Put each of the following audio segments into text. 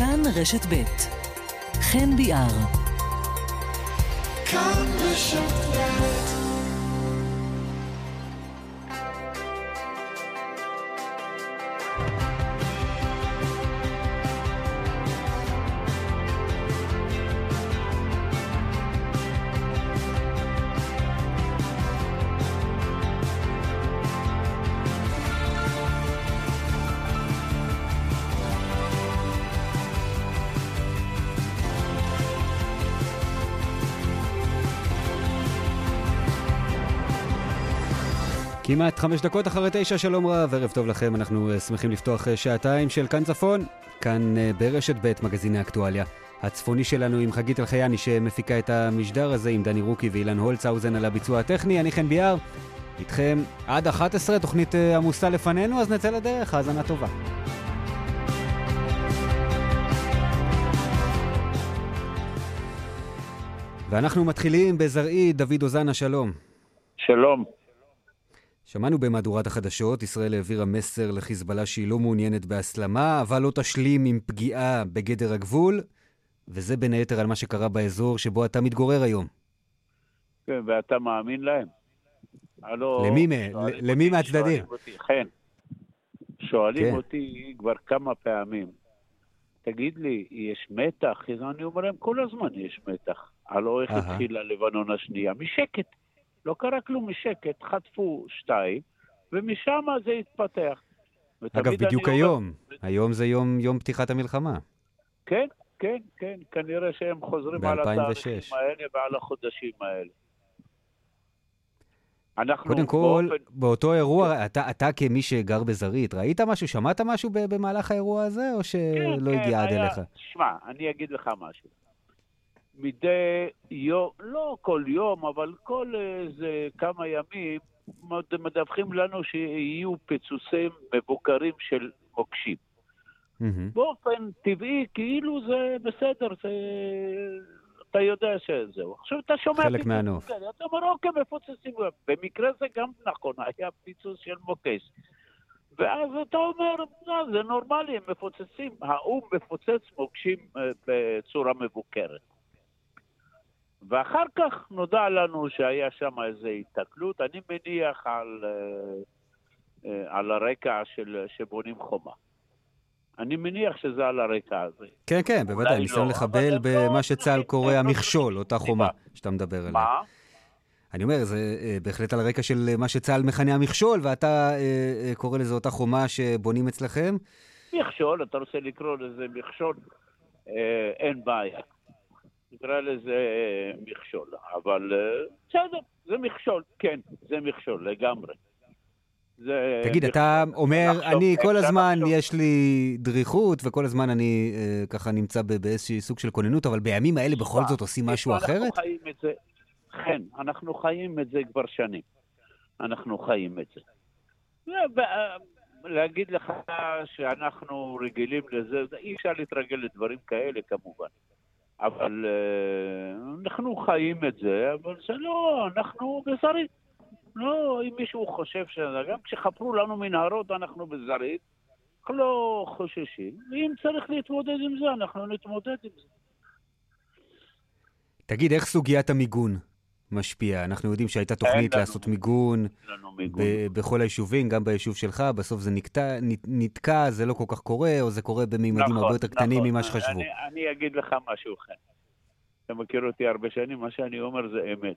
כאן רשת ב' חן ביאר. כאן רשת ב'. כמעט 5 דקות אחרי 9, שלום רב, ערב טוב לכם, אנחנו שמחים לפתוח שעתיים של כאן צפון, כאן ברשת ב' מגזיני אקטואליה. הצפוני שלנו עם חגית אלחייני שמפיקה את המשדר הזה, עם דני רוקי ואילן הולצהאוזן על הביצוע הטכני, אני חן ביאר, איתכם עד 11, תוכנית עמוסה לפנינו, אז נצא לדרך, האזנה טובה. ואנחנו מתחילים בזרעי, דוד אוזנה, שלום. שלום. שמענו במהדורת החדשות, ישראל העבירה מסר לחיזבאללה שהיא לא מעוניינת בהסלמה, אבל לא תשלים עם פגיעה בגדר הגבול, וזה בין היתר על מה שקרה באזור שבו אתה מתגורר היום. כן, ואתה מאמין להם? למי מהצדדים? שואלים אותי כבר כמה פעמים, תגיד לי, יש מתח? אז אני אומר להם, כל הזמן יש מתח. הלוא איך התחילה לבנון השנייה? משקט. לא קרה כלום, משקט, חטפו 2, ומשם זה התפתח. אגב, בדיוק היום. היום זה יום פתיחת המלחמה. כן, כן, כן. כנראה שהם חוזרים על התאריכים האלה ועל החודשים האלה. קודם כל, באותו אירוע, אתה כמי שגר בזרעית, ראית משהו, שמעת משהו במהלך האירוע הזה, או שלא הגיע עד אליך? שמע, אני אגיד לך משהו. מדי יום, לא כל יום, אבל כל איזה כמה ימים, מדווחים לנו שיהיו פיצוצים מבוקרים של מוקשים. באופן טבעי, כאילו זה בסדר, אתה יודע שזהו. עכשיו אתה שומע חלק מהנוף. אתה אומר, אוקיי, מפוצצים. במקרה זה גם נכון, היה פיצוץ של מוקש. ואז אתה אומר, זה נורמלי, הם מפוצצים. האום מפוצץ מוקשים בצורה מבוקרת. ואחר כך נודע לנו שהיה שם איזו התקלות, אני מניח על הרקע שבונים חומה. אני מניח שזה על הרקע הזה. כן, כן, בוודאי, ניסיון לחבל במה שצה"ל קורא המכשול, אותה חומה שאתה מדבר עליה. מה? אני אומר, זה בהחלט על הרקע של מה שצה"ל מכנה המכשול, ואתה קורא לזה אותה חומה שבונים אצלכם? מכשול, אתה רוצה לקרוא לזה מכשול? אין בעיה. נקרא לזה מכשול, אבל בסדר, זה מכשול, כן, זה מכשול, לגמרי. תגיד, אתה אומר, אני כל הזמן יש לי דריכות, וכל הזמן אני ככה נמצא באיזשהו סוג של כוננות, אבל בימים האלה בכל זאת עושים משהו אחרת? אנחנו חיים את זה, כן, אנחנו חיים את זה כבר שנים. אנחנו חיים את זה. להגיד לך שאנחנו רגילים לזה, אי אפשר להתרגל לדברים כאלה כמובן. אבל אנחנו חיים את זה, אבל זה לא, אנחנו בזרעית. לא, אם מישהו חושב שזה, גם כשחפרו לנו מנהרות אנחנו בזרעית, אנחנו לא חוששים. ואם צריך להתמודד עם זה, אנחנו נתמודד עם זה. תגיד, איך סוגיית המיגון משפיעה? אנחנו יודעים שהייתה תוכנית לעשות מיגון בכל היישובים, גם ביישוב שלך, בסוף זה נתקע, זה לא כל כך קורה, או זה קורה בממדים הרבה יותר קטנים ממה שחשבו. אני אגיד לך משהו אחר. אתה מכיר אותי הרבה שנים, מה שאני אומר זה אמת.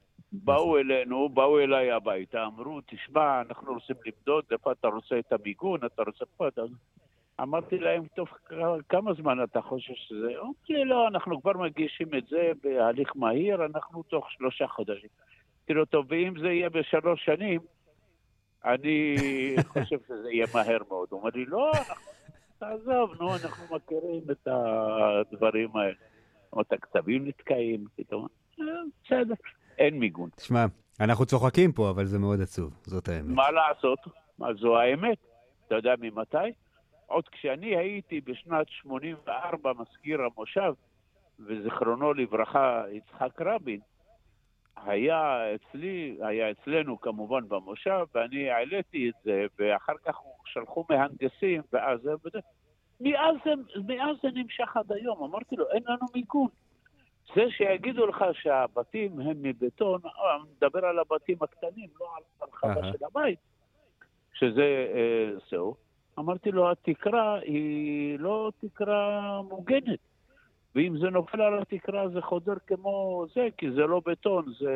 באו אליי הביתה, אמרו, תשמע, אנחנו רוצים למדוד, איפה אתה רוצה את המיגון, אתה רוצה פה, אמרתי להם, טוב, כמה זמן אתה חושב שזה? אמרתי, לא, אנחנו כבר מגישים את זה בהליך מהיר, אנחנו תוך 3 חודשים. תראו, טוב, ואם זה יהיה ב3 שנים, אני חושב שזה יהיה מהר מאוד. הוא אומר לי, לא, תעזוב, נו, אנחנו מכירים את הדברים האלה. את הכתבים נתקעים, פתאום. בסדר, אין מיגון. תשמע, אנחנו צוחקים פה, אבל זה מאוד עצוב, זאת האמת. מה לעשות? זו האמת. אתה יודע ממתי? עוד כשאני הייתי בשנת 84 מזכיר המושב, וזיכרונו לברכה יצחק רבין, היה אצלנו כמובן במושב, ואני העליתי את זה, ואחר כך שלחו מהנדסים, ואז מאז זה נמשך עד היום. אמרתי לו, אין לנו מיגון. זה שיגידו לך שהבתים הם מבטון, מדבר על הבתים הקטנים, לא על הרחבה של הבית, שזה זהו. אמרתי לו, התקרה היא לא תקרה מוגנת. ואם זה נופל על התקרה זה חודר כמו זה, כי זה לא בטון, זה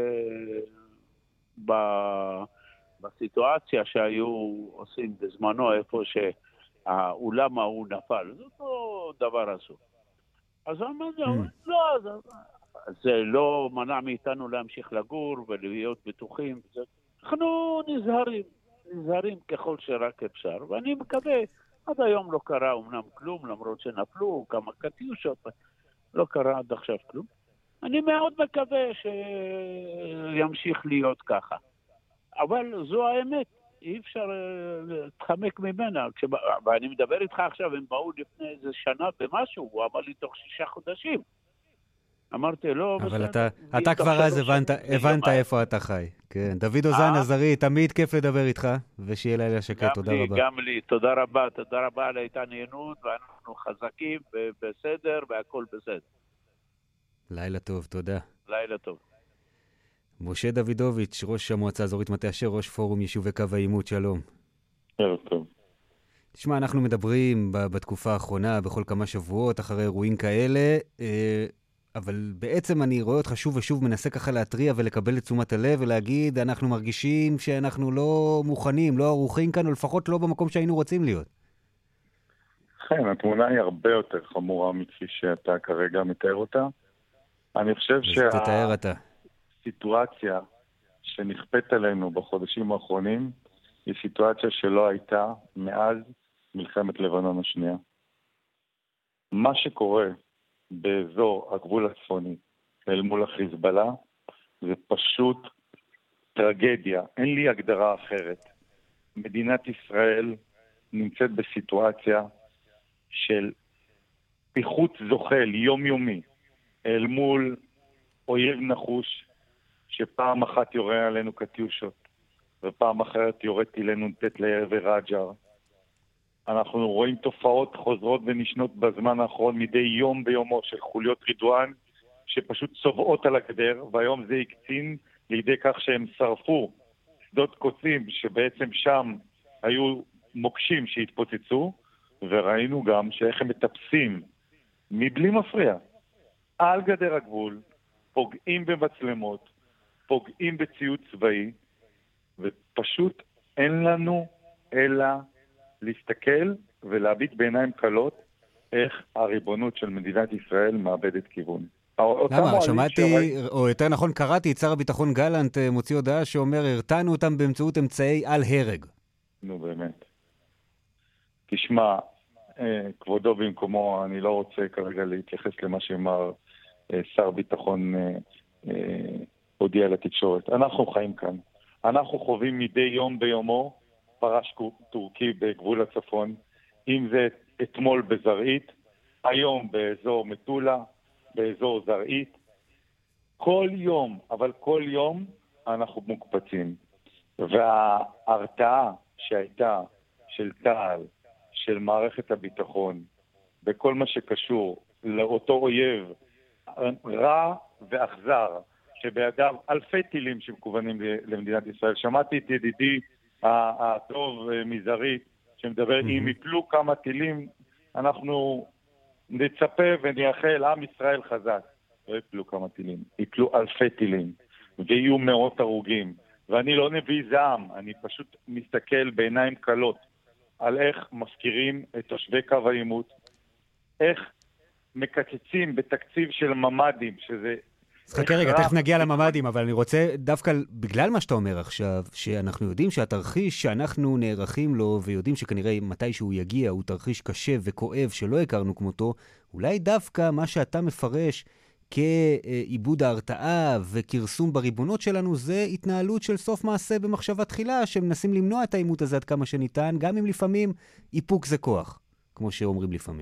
בסיטואציה שהיו עושים בזמנו איפה שהאולם ההוא נפל. זה אותו דבר עשו. אז אמרתי, לא, זה לא מנע מאיתנו להמשיך לגור ולהיות בטוחים. אנחנו נזהרים ככל שרק אפשר, ואני מקווה, עד היום לא קרה אומנם כלום, למרות שנפלו כמה קטיושות, לא קרה עד עכשיו כלום. אני מאוד מקווה שימשיך להיות ככה. אבל זו האמת, אי אפשר להתחמק ממנה. ואני מדבר איתך עכשיו, הם באו לפני איזה שנה במשהו, הוא אמר לי תוך 6 חודשים. אמרתי, לא, אבל אתה כבר אז הבנת איפה אתה חי. כן, דוד אוזן עזרי, תמיד כיף לדבר איתך, ושיהיה לילה שקט, תודה רבה. גם לי, תודה רבה על ההתעניינות, ואנחנו חזקים ובסדר, והכל בסדר. לילה טוב, תודה. לילה טוב. משה דוידוביץ', ראש המועצה האזורית מטה אשר, ראש פורום יישובי קו העימות, שלום. ערב טוב. תשמע, אנחנו מדברים בתקופה האחרונה, בכל כמה שבועות, אחרי אירועים כאלה, אבל בעצם אני רואה אותך שוב ושוב מנסה ככה להטריע ולקבל את תשומת הלב ולהגיד, אנחנו מרגישים שאנחנו לא מוכנים, לא ערוכים כאן, או לפחות לא במקום שהיינו רוצים להיות. כן, התמונה היא הרבה יותר חמורה מכפי שאתה כרגע מתאר אותה. אני חושב תתאר אתה. הסיטואציה שנכפית עלינו בחודשים האחרונים היא סיטואציה שלא הייתה מאז מלחמת לבנון השנייה. מה שקורה באזור הגבול הצפוני אל מול החיזבאללה זה פשוט טרגדיה, אין לי הגדרה אחרת. מדינת ישראל נמצאת בסיטואציה של פיחות זוחל יומיומי אל מול אויב נחוש שפעם אחת יורה עלינו קטיושות ופעם אחרת יורה טילי נ"ט לעבר רג'ר. אנחנו רואים תופעות חוזרות ונשנות בזמן האחרון מדי יום ביומו של חוליות רידואן שפשוט צובעות על הגדר, והיום זה הקצין לידי כך שהם שרפו שדות קוצים שבעצם שם היו מוקשים שהתפוצצו, וראינו גם שאיך הם מטפסים מבלי מפריע על גדר הגבול, פוגעים במצלמות, פוגעים בציוד צבאי, ופשוט אין לנו אלא להסתכל ולהביט בעיניים קלות איך הריבונות של מדינת ישראל מאבדת כיוון. למה? שמעתי, או יותר נכון קראתי, את שר הביטחון גלנט מוציא הודעה שאומר, הרתענו אותם באמצעות אמצעי על הרג. נו באמת. תשמע, כבודו במקומו, אני לא רוצה כרגע להתייחס למה שאמר שר ביטחון הודיע לתקשורת. אנחנו חיים כאן. אנחנו חווים מדי יום ביומו פרש טורקי בגבול הצפון, אם זה אתמול בזרעית, היום באזור מטולה, באזור זרעית. כל יום, אבל כל יום אנחנו מוקפצים. וההרתעה שהייתה של צה"ל, של מערכת הביטחון, בכל מה שקשור לאותו אויב רע ואכזר, שבידיו אלפי טילים שמכוונים למדינת ישראל. שמעתי את ידידי הטוב מזרעית, שמדבר, אם יפלו כמה טילים, אנחנו נצפה ונייחל, עם ישראל חזק. לא יפלו כמה טילים, יפלו אלפי טילים, ויהיו מאות הרוגים. ואני לא נביא זעם, אני פשוט מסתכל בעיניים קלות, על איך מפקירים את תושבי קו העימות, איך מקצצים בתקציב של ממ"דים, שזה... חכה רגע, תכף נגיע לממ"דים, אבל אני רוצה דווקא, בגלל מה שאתה אומר עכשיו, שאנחנו יודעים שהתרחיש שאנחנו נערכים לו, ויודעים שכנראה מתי שהוא יגיע, הוא תרחיש קשה וכואב שלא הכרנו כמותו, אולי דווקא מה שאתה מפרש כאיבוד ההרתעה וכרסום בריבונות שלנו, זה התנהלות של סוף מעשה במחשבה תחילה, שמנסים למנוע את העימות הזה עד כמה שניתן, גם אם לפעמים איפוק זה כוח, כמו שאומרים לפעמים.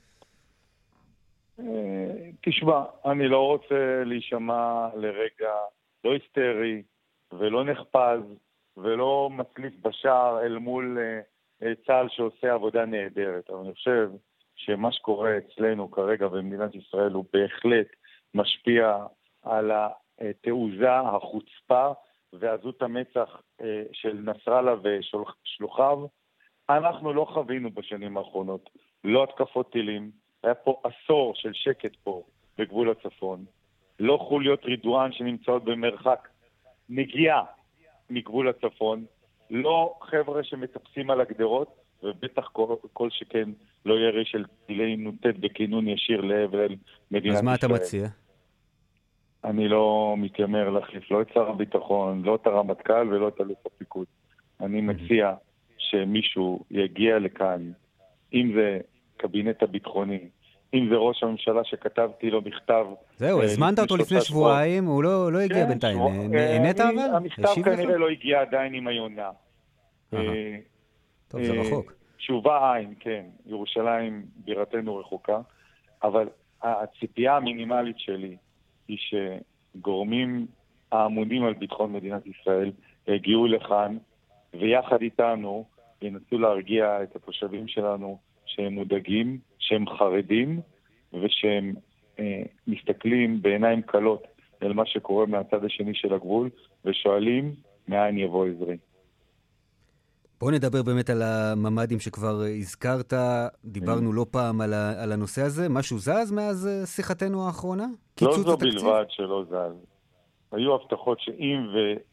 תשמע, אני לא רוצה להישמע לרגע לא היסטרי ולא נחפז ולא מצליף בשער אל מול צה"ל שעושה עבודה נהדרת, אבל אני חושב שמה שקורה אצלנו כרגע במדינת ישראל הוא בהחלט משפיע על התעוזה, החוצפה ועזות המצח של נסראללה ושלוחיו. אנחנו לא חווינו בשנים האחרונות, לא התקפות טילים, היה פה עשור של שקט פה בגבול הצפון, לא חוליות רידואן שנמצאות במרחק נגיעה מגבול הצפון, לא חבר'ה שמטפסים על הגדרות, ובטח כל שכן לא ירי של טילי נוטט בכינון ישיר לעבר מדינת ישראל. אז מה אתה מציע? אני לא מתיימר להחליף לא את שר הביטחון, לא את הרמטכ"ל ולא את אלוף הפיקוד. אני מציע שמישהו יגיע לכאן, אם זה קבינט הביטחוני, אם זה ראש הממשלה שכתבתי לו מכתב. זהו, הזמנת אותו לפני שבועיים, הוא לא הגיע בינתיים. נהנית אבל? המכתב כנראה לא הגיע עדיין עם היונה. טוב, זה רחוק. תשובה עין, כן, ירושלים בירתנו רחוקה, אבל הציפייה המינימלית שלי היא שגורמים האמונים על ביטחון מדינת ישראל הגיעו לכאן, ויחד איתנו ינסו להרגיע את התושבים שלנו שהם מודאגים, שהם חרדים, ושהם מסתכלים בעיניים קלות על מה שקורה מהצד השני של הגבול, ושואלים מאין יבוא עזרי. בוא נדבר באמת על הממדים שכבר הזכרת, דיברנו לא פעם על הנושא הזה, משהו זז מאז שיחתנו האחרונה? לא זו בלבד שלא זז. היו הבטחות שאם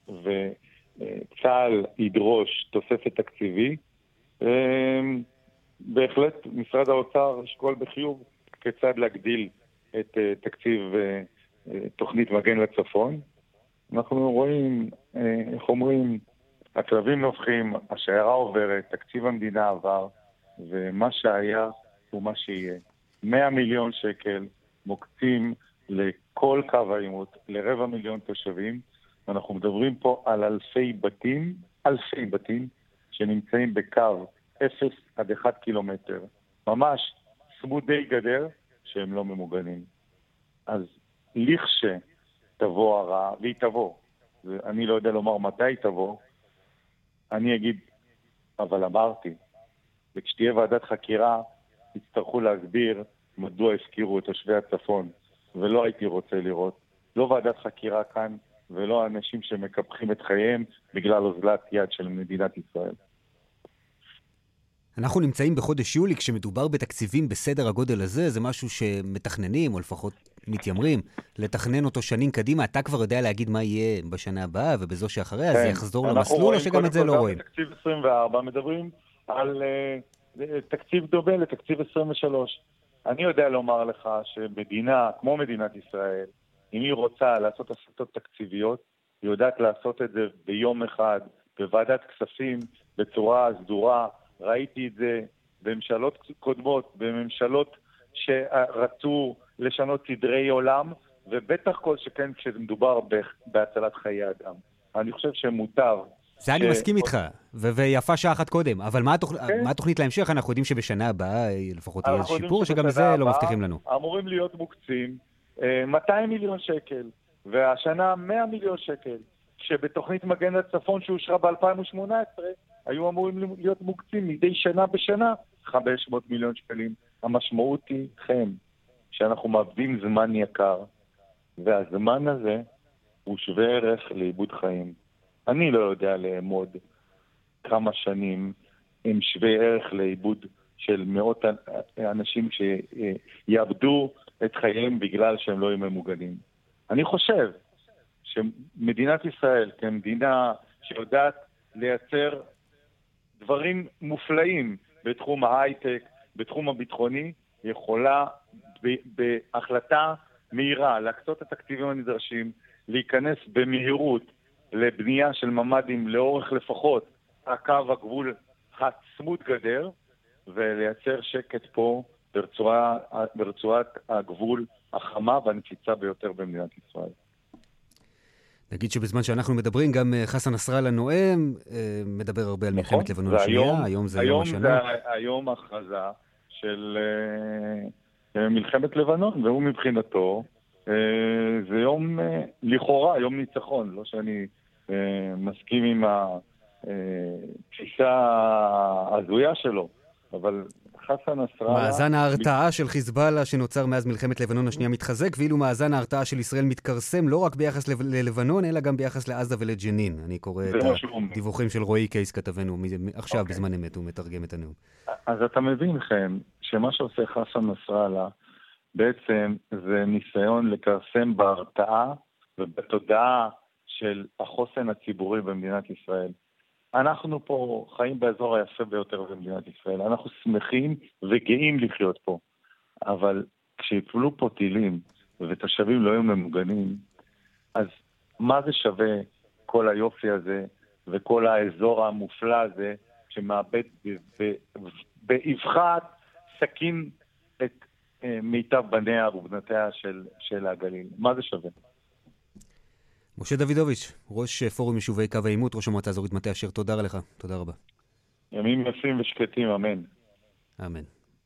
וצה"ל ידרוש תוספת תקציבי, בהחלט משרד האוצר ישקול בחיוב כיצד להגדיל את תקציב תוכנית מגן לצפון. אנחנו רואים, איך אומרים, הכלבים נובחים, השיירה עוברת, תקציב המדינה עבר, ומה שהיה הוא מה שיהיה. 100 מיליון שקל מוקצים לכל קו העימות, ל250,000 תושבים. אנחנו מדברים פה על אלפי בתים שנמצאים בקו 0 עד 1 קילומטר, ממש צמודי גדר שהם לא ממוגנים. אז לכשתבוא הרעה, והיא תבוא, ואני לא יודע לומר מתי היא תבוא, אני אגיד, אבל אמרתי, וכשתהיה ועדת חקירה, יצטרכו להסביר מדוע הפקירו את תושבי הצפון, ולא הייתי רוצה לראות, לא ועדת חקירה כאן, ולא אנשים שמקפחים את חייהם בגלל אוזלת יד של מדינת ישראל. אנחנו נמצאים בחודש יולי, כשמדובר בתקציבים בסדר הגודל הזה, זה משהו שמתכננים, או לפחות מתיימרים, לתכנן אותו שנים קדימה. אתה כבר יודע להגיד מה יהיה בשנה הבאה, ובזו שאחריה, זה יחזור למסלול, או שגם את זה לא רואים? בתקציב 24 מדברים על תקציב דומה לתקציב 23. אני יודע לומר לך שמדינה, כמו מדינת ישראל, אם היא רוצה לעשות הסטות תקציביות, היא יודעת לעשות את זה ביום אחד, בוועדת כספים, בצורה סדורה. ראיתי את זה בממשלות קודמות, בממשלות שרצו לשנות סדרי עולם, ובטח כל שכן כשמדובר בהצלת חיי אדם. אני חושב שמוטב. זה אני מסכים איתך, ויפה שעה אחת קודם, אבל מה התוכנית להמשך? אנחנו יודעים שבשנה הבאה לפחות יהיה שיפור, שגם זה לא מבטיחים לנו. אמורים להיות מוקצים 200 מיליון שקל, והשנה 100 מיליון שקל, שבתוכנית מגן לצפון שאושרה ב-2018, היו אמורים להיות מוקצים מדי שנה בשנה 500 מיליון שקלים. המשמעות היא שאנחנו מאבדים זמן יקר, והזמן הזה הוא שווה ערך לאיבוד חיים. אני לא יודע לאמוד כמה שנים הם שווה ערך לאיבוד של מאות אנשים שיאבדו את חייהם בגלל שהם לא יהיו ממוגנים. אני חושב שמדינת ישראל, כמדינה שיודעת לייצר דברים מופלאים בתחום ההייטק, בתחום הביטחוני, יכולה בהחלטה מהירה להקצות את התקציבים הנדרשים, להיכנס במהירות לבנייה של ממדים לאורך לפחות הקו הגבול הצמוד גדר, ולייצר שקט פה ברצועת הגבול החמה והנפיצה ביותר במדינת ישראל. נגיד שבזמן שאנחנו מדברים, גם חסן נסראללה נואם, מדבר הרבה על מלחמת לבנון השנייה, היום זה יום השנה. היום ההכרזה של מלחמת לבנון, והוא מבחינתו, זה יום לכאורה, יום ניצחון, לא שאני מסכים עם תפיסה הזויה שלו, אבל חסן נסראללה... מאזן ההרתעה של חיזבאללה שנוצר מאז מלחמת לבנון השנייה מתחזק, ואילו מאזן ההרתעה של ישראל מתכרסם לא רק ביחס ללבנון, אלא גם ביחס לעזה ולג'נין. אני קורא את הדיווחים של רועי קייס כתבנו, עכשיו בזמן אמת הוא מתרגם את הנאום. אז אתה מבין, חן, שמה שעושה חסן נסראללה בעצם זה ניסיון לכרסם בהרתעה ובתודעה של החוסן הציבורי במדינת ישראל. אנחנו פה חיים באזור היפה ביותר במדינת ישראל. אנחנו שמחים וגאים לחיות פה. אבל כשיפלו פה טילים ותושבים לא יהיו ממוגנים, אז מה זה שווה כל היופי הזה וכל האזור המופלא הזה שמאבד באבחת סכין את מיטב בניה ובנותיה של הגליל? מה זה שווה? משה דוידוביץ', ראש פורום יישובי קו העימות, ראש המועצה האזורית מטה אשר, תודה לך. תודה רבה. ימים יפים ושקטים, אמן. אמן.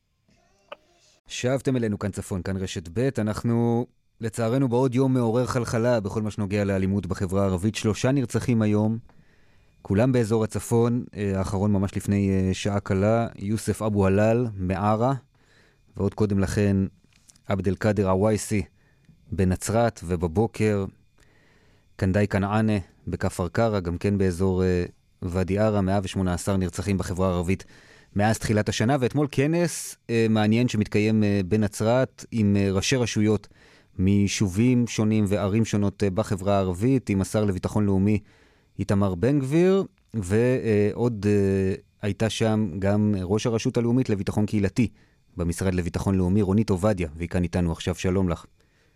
שבתם אלינו כאן צפון, כאן רשת ב'. אנחנו לצערנו בעוד יום מעורר חלחלה בכל מה שנוגע לאלימות בחברה הערבית. 3 נרצחים היום, כולם באזור הצפון. האחרון ממש לפני שעה קלה, יוסף אבו הלל מערה, ועוד קודם לכן עבד אל קאדר עווייסי בנצרת, ובבוקר קנדאי כנענה בכפר קרע, גם כן באזור ואדי ערה. 118 נרצחים בחברה הערבית מאז תחילת השנה, ואתמול כנס מעניין שמתקיים בנצרת עם ראשי רשויות מיישובים שונים וערים שונות בחברה הערבית, עם השר לביטחון לאומי איתמר בן גביר, ועוד הייתה שם גם ראש הרשות הלאומית לביטחון קהילתי במשרד לביטחון לאומי, רונית עובדיה, והיא כאן איתנו עכשיו. שלום לך.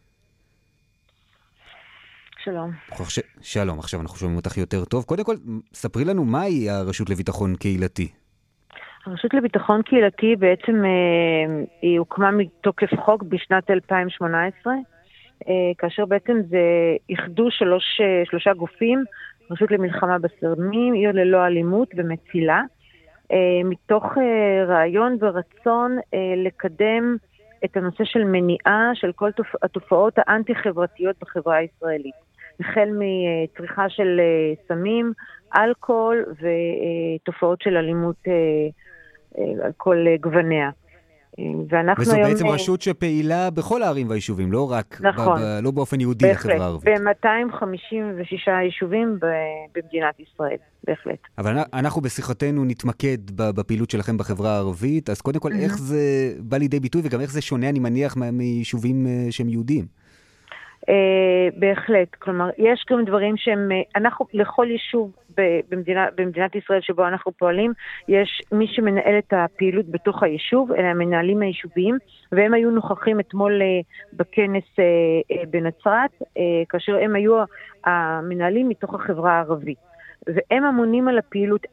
שלום. שלום, עכשיו אנחנו שומעים אותך יותר טוב. קודם כל, ספרי לנו מהי הרשות לביטחון קהילתי. הרשות לביטחון קהילתי בעצם היא הוקמה מתוקף חוק בשנת 2018, כאשר בעצם זה איחדו שלושה גופים, רשות למלחמה בסמים, עיר ללא אלימות ומצילה, מתוך רעיון ורצון לקדם את הנושא של מניעה של כל התופעות האנטי-חברתיות בחברה הישראלית. החל מצריכה של סמים, אלכוהול ותופעות של אלימות על כל גווניה. וזו בעצם רשות שפעילה בכל הערים והיישובים, לא רק, נכון. לא באופן יהודי לחברה הערבית. ב-256 יישובים במדינת ישראל, בהחלט. אבל אנחנו בשיחתנו נתמקד בפעילות שלכם בחברה הערבית, אז קודם כל איך זה בא לידי ביטוי, וגם איך זה שונה, אני מניח, מיישובים שהם יהודיים? בהחלט, כלומר, יש גם דברים שהם, אנחנו לכל יישוב במדינת ישראל שבו אנחנו פועלים, יש מי שמנהל את הפעילות בתוך היישוב, אלה המנהלים היישוביים, והם היו נוכחים אתמול בכנס בנצרת, כאשר הם היו המנהלים מתוך החברה הערבית. והם אמונים על הפעילות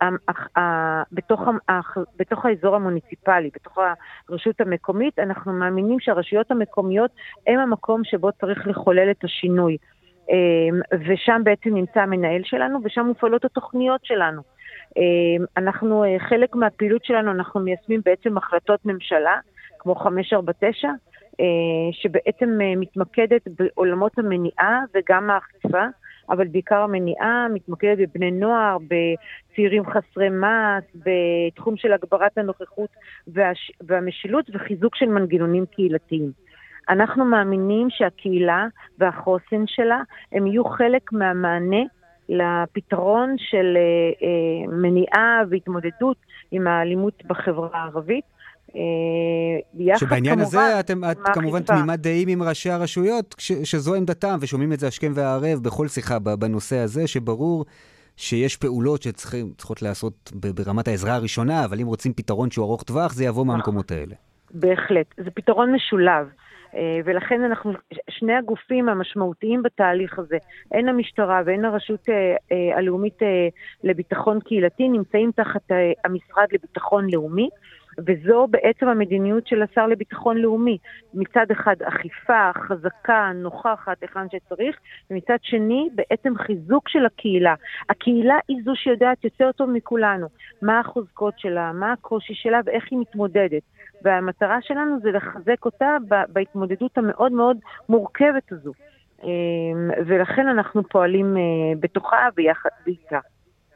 בתוך האזור המוניציפלי, בתוך הרשות המקומית. אנחנו מאמינים שהרשויות המקומיות הם המקום שבו צריך לחולל את השינוי. ושם בעצם נמצא המנהל שלנו, ושם מופעלות התוכניות שלנו. אנחנו, חלק מהפעילות שלנו, אנחנו מיישמים בעצם החלטות ממשלה, כמו 549, שבעצם מתמקדת בעולמות המניעה וגם האכיפה, אבל בעיקר המניעה מתמקדת בבני נוער, בצעירים חסרי מס, בתחום של הגברת הנוכחות והמשילות וחיזוק של מנגנונים קהילתיים. אנחנו מאמינים שהקהילה והחוסן שלה הם יהיו חלק מהמענה לפתרון של מניעה והתמודדות עם האלימות בחברה הערבית. שבעניין הזה את כמובן תמימת דעים עם ראשי הרשויות, שזו עמדתם, ושומעים את זה השכם והערב בכל שיחה בנושא הזה, שברור שיש פעולות שצריכות לעשות ברמת העזרה הראשונה, אבל אם רוצים פתרון שהוא ארוך טווח, זה יבוא מהמקומות האלה. בהחלט, זה פתרון משולב. ולכן אנחנו, שני הגופים המשמעותיים בתהליך הזה, הן המשטרה והן הרשות הלאומית לביטחון קהילתי, נמצאים תחת המשרד לביטחון לאומי, וזו בעצם המדיניות של השר לביטחון לאומי. מצד אחד אכיפה, חזקה, נוכחת, היכן שצריך, ומצד שני בעצם חיזוק של הקהילה. הקהילה היא זו שיודעת יותר טוב מכולנו, מה החוזקות שלה, מה הקושי שלה ואיך היא מתמודדת. והמטרה שלנו זה לחזק אותה בהתמודדות המאוד מאוד מורכבת הזו. ולכן אנחנו פועלים בתוכה ויחד ואיתה.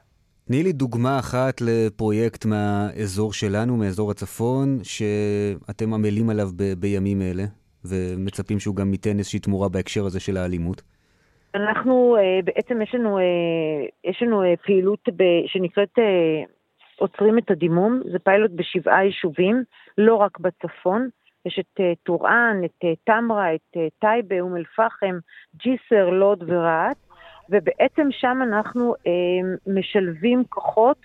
תני לי דוגמה אחת לפרויקט מהאזור שלנו, מאזור הצפון, שאתם עמלים עליו בימים אלה, ומצפים שהוא גם ייתן איזושהי תמורה בהקשר הזה של האלימות. אנחנו, בעצם יש לנו פעילות שנקראת עוצרים את הדימום, זה פיילוט ב7 יישובים, לא רק בצפון, יש את טורען, את תמרה, את טייבה, אום אל-פחם, ג'יסר, לוד ורהט, ובעצם שם אנחנו משלבים כוחות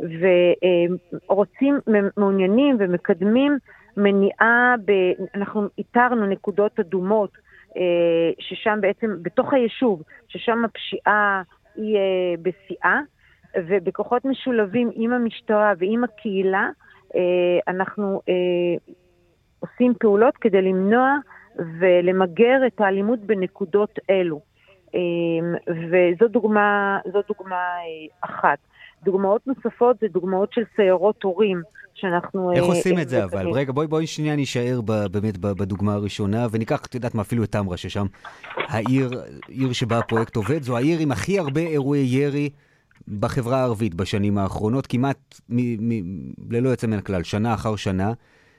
ורוצים, מעוניינים ומקדמים מניעה, אנחנו איתרנו נקודות אדומות, ששם בעצם בתוך היישוב, ששם הפשיעה היא בשיאה, ובכוחות משולבים עם המשטרה ועם הקהילה, אנחנו עושים פעולות כדי למנוע ולמגר את האלימות בנקודות אלו. וזו דוגמה אחת. דוגמאות נוספות זה דוגמאות של סיירות הורים שאנחנו... איך עושים את זה אבל? רגע, בואי שנייה נשאר באמת בדוגמה הראשונה, וניקח, את יודעת מה, אפילו את תמרה, ששם העיר שבה הפרויקט עובד, זו העיר עם הכי הרבה אירועי ירי בחברה הערבית בשנים האחרונות, כמעט ללא יוצא מן הכלל, שנה אחר שנה,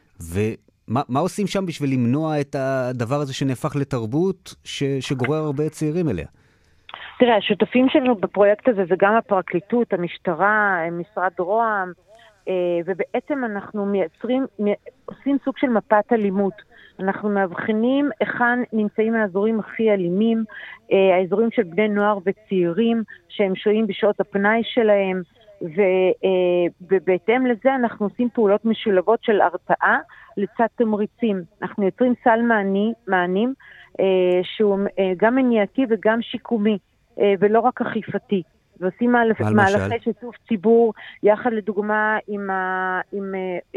ומה עושים שם בשביל למנוע את הדבר הזה שנהפך לתרבות שגורר הרבה צעירים אליה? תראה, השותפים שלנו בפרויקט הזה זה גם הפרקליטות, המשטרה, משרד רוה"מ, ובעצם אנחנו עושים סוג של מפת אלימות. אנחנו מאבחנים היכן נמצאים האזורים הכי אלימים, האזורים של בני נוער וצעירים שהם שוהים בשעות הפנאי שלהם, ובהתאם לזה אנחנו עושים פעולות משולבות של הרתעה לצד תמריצים. אנחנו יוצרים סל מענים שהוא גם מניעתי וגם שיקומי, ולא רק אכיפתי. ועושים מהלכי שיתוף ציבור, יחד לדוגמה עם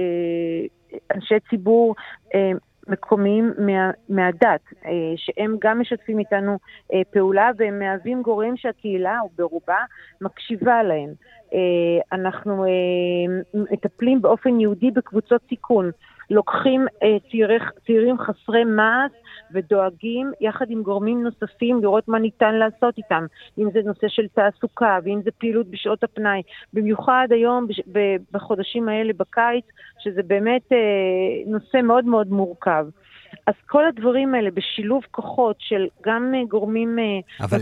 אנשי ציבור מקומיים מהדת, שהם גם משתפים איתנו פעולה, והם מהווים גורם שהקהילה, או ברובה, מקשיבה להם. אנחנו מטפלים באופן יהודי בקבוצות סיכון, לוקחים צעירים חסרי מעש ודואגים יחד עם גורמים נוספים לראות מה ניתן לעשות איתם, אם זה נושא של תעסוקה ואם זה פעילות בשעות הפנאי, במיוחד היום בחודשים האלה בקיץ, שזה באמת נושא מאוד מאוד מורכב. אז כל הדברים האלה בשילוב כוחות של גם גורמים... אבל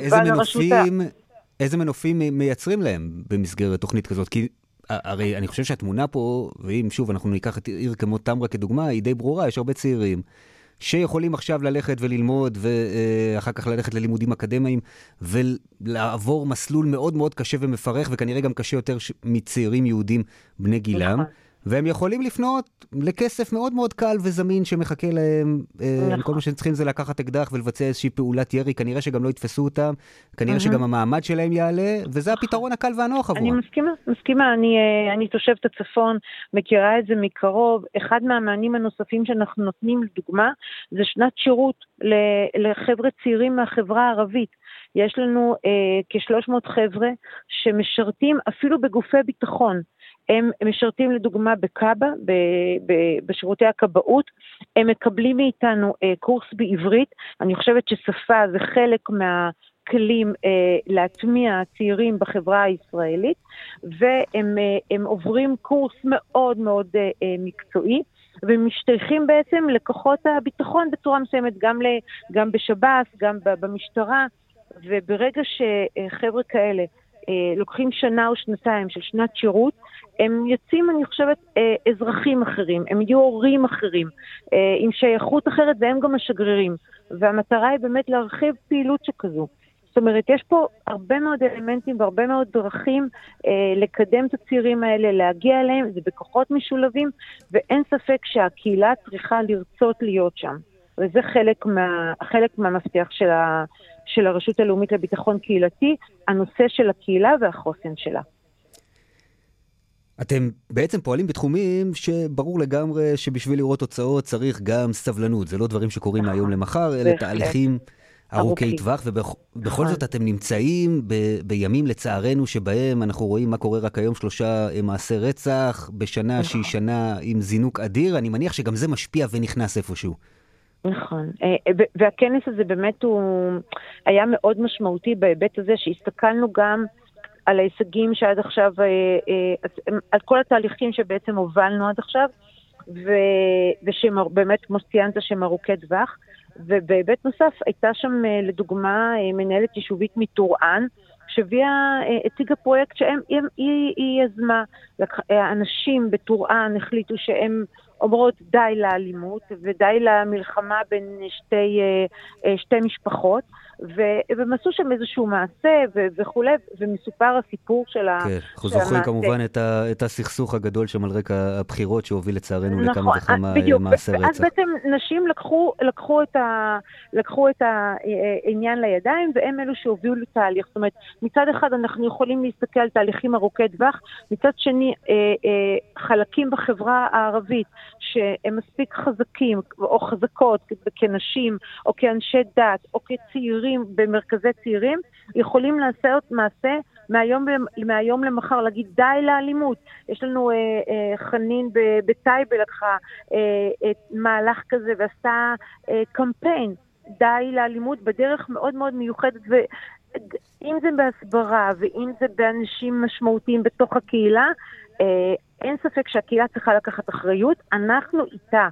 איזה מנופים מייצרים להם במסגרת תוכנית כזאת? כי הרי אני חושב שהתמונה פה, ואם שוב אנחנו ניקח את עיר כמו תמרה כדוגמה, היא די ברורה, יש הרבה צעירים שיכולים עכשיו ללכת וללמוד, ואחר כך ללכת ללימודים אקדמיים, ולעבור מסלול מאוד מאוד קשה ומפרך, וכנראה גם קשה יותר מצעירים יהודים בני גילם, והם יכולים לפנות לכסף מאוד מאוד קל וזמין שמחכה להם, כל מה שהם צריכים זה לקחת אקדח ולבצע איזושהי פעולת ירי, כנראה שגם לא יתפסו אותם, כנראה שגם המעמד שלהם יעלה, וזה הפתרון הקל והנוח עבורם. אני מסכימה, אני תושבת הצפון, מכירה את זה מקרוב. אחד מהמענים הנוספים שאנחנו נותנים לדוגמה, זה שנת שירות לחבר'ה צעירים מהחברה הערבית. יש לנו כ-300 חבר'ה שמשרתים אפילו בגופי ביטחון. הם משרתים לדוגמה בקאבה, בשירותי הכבאות, הם מקבלים מאיתנו קורס בעברית. אני חושבת ששפה זה חלק מהכלים להטמיע צעירים בחברה הישראלית, והם עוברים קורס מאוד מאוד מקצועי, ומשתייכים בעצם לכוחות הביטחון בצורה מסוימת, גם בשב"ס, גם במשטרה, וברגע שחבר'ה כאלה לוקחים שנה או שנתיים של שנת שירות, הם יוצאים, אני חושבת, אזרחים אחרים, הם יהיו הורים אחרים, עם שייכות אחרת, והם גם השגרירים. והמטרה היא באמת להרחיב פעילות שכזו. זאת אומרת, יש פה הרבה מאוד אלמנטים והרבה מאוד דרכים לקדם את הצעירים האלה, להגיע אליהם, זה בכוחות משולבים, ואין ספק שהקהילה צריכה לרצות להיות שם. וזה חלק מהמפתח של הרשות הלאומית לביטחון קהילתי, הנושא של הקהילה והחוסן שלה. אתם בעצם פועלים בתחומים שברור לגמרי שבשביל לראות תוצאות צריך גם סבלנות. זה לא דברים שקורים מהיום למחר, אלה תהליכים ארוכי טווח, ובכל זאת אתם נמצאים בימים לצערנו שבהם אנחנו רואים מה קורה רק היום, 3 מעשי רצח בשנה שהיא שנה עם זינוק אדיר. אני מניח שגם זה משפיע ונכנס איפשהו. נכון, והכנס הזה באמת הוא היה מאוד משמעותי בהיבט הזה שהסתכלנו גם על ההישגים שעד עכשיו, על כל התהליכים שבעצם הובלנו עד עכשיו, ובאמת, כמו ציינת, שהם ארוכי טווח. ובבית נוסף הייתה שם, לדוגמה, מנהלת יישובית מטורען, הציגה פרויקט שהיא יזמה. האנשים בטורען החליטו שהם אומרות די לאלימות ודי למלחמה בין שתי משפחות, והם עשו שם איזשהו מעשה וכו', ומסופר הסיפור של המעשה. כן, אנחנו זוכרים כמובן את הסכסוך הגדול שם על רקע הבחירות שהוביל לצערנו לכמה וכמה מעשי רצח. אז בעצם נשים לקחו את העניין לידיים, והם אלו שהובילו לתהליך. זאת אומרת, מצד אחד אנחנו יכולים להסתכל על תהליכים ארוכי טווח, מצד שני חלקים בחברה הערבית שהם מספיק חזקים או חזקות כנשים או כאנשי דת או כצעירים במרכזי צעירים, יכולים לעשות מעשה מהיום למחר, להגיד די לאלימות. יש לנו חנין בטייבה לקחה מהלך כזה ועשתה קמפיין די לאלימות בדרך מאוד מאוד מיוחדת, ואם זה בהסברה ואם זה באנשים משמעותיים בתוך הקהילה, אין ספק שהקהילה צריכה לקחת אחריות, אנחנו איתה.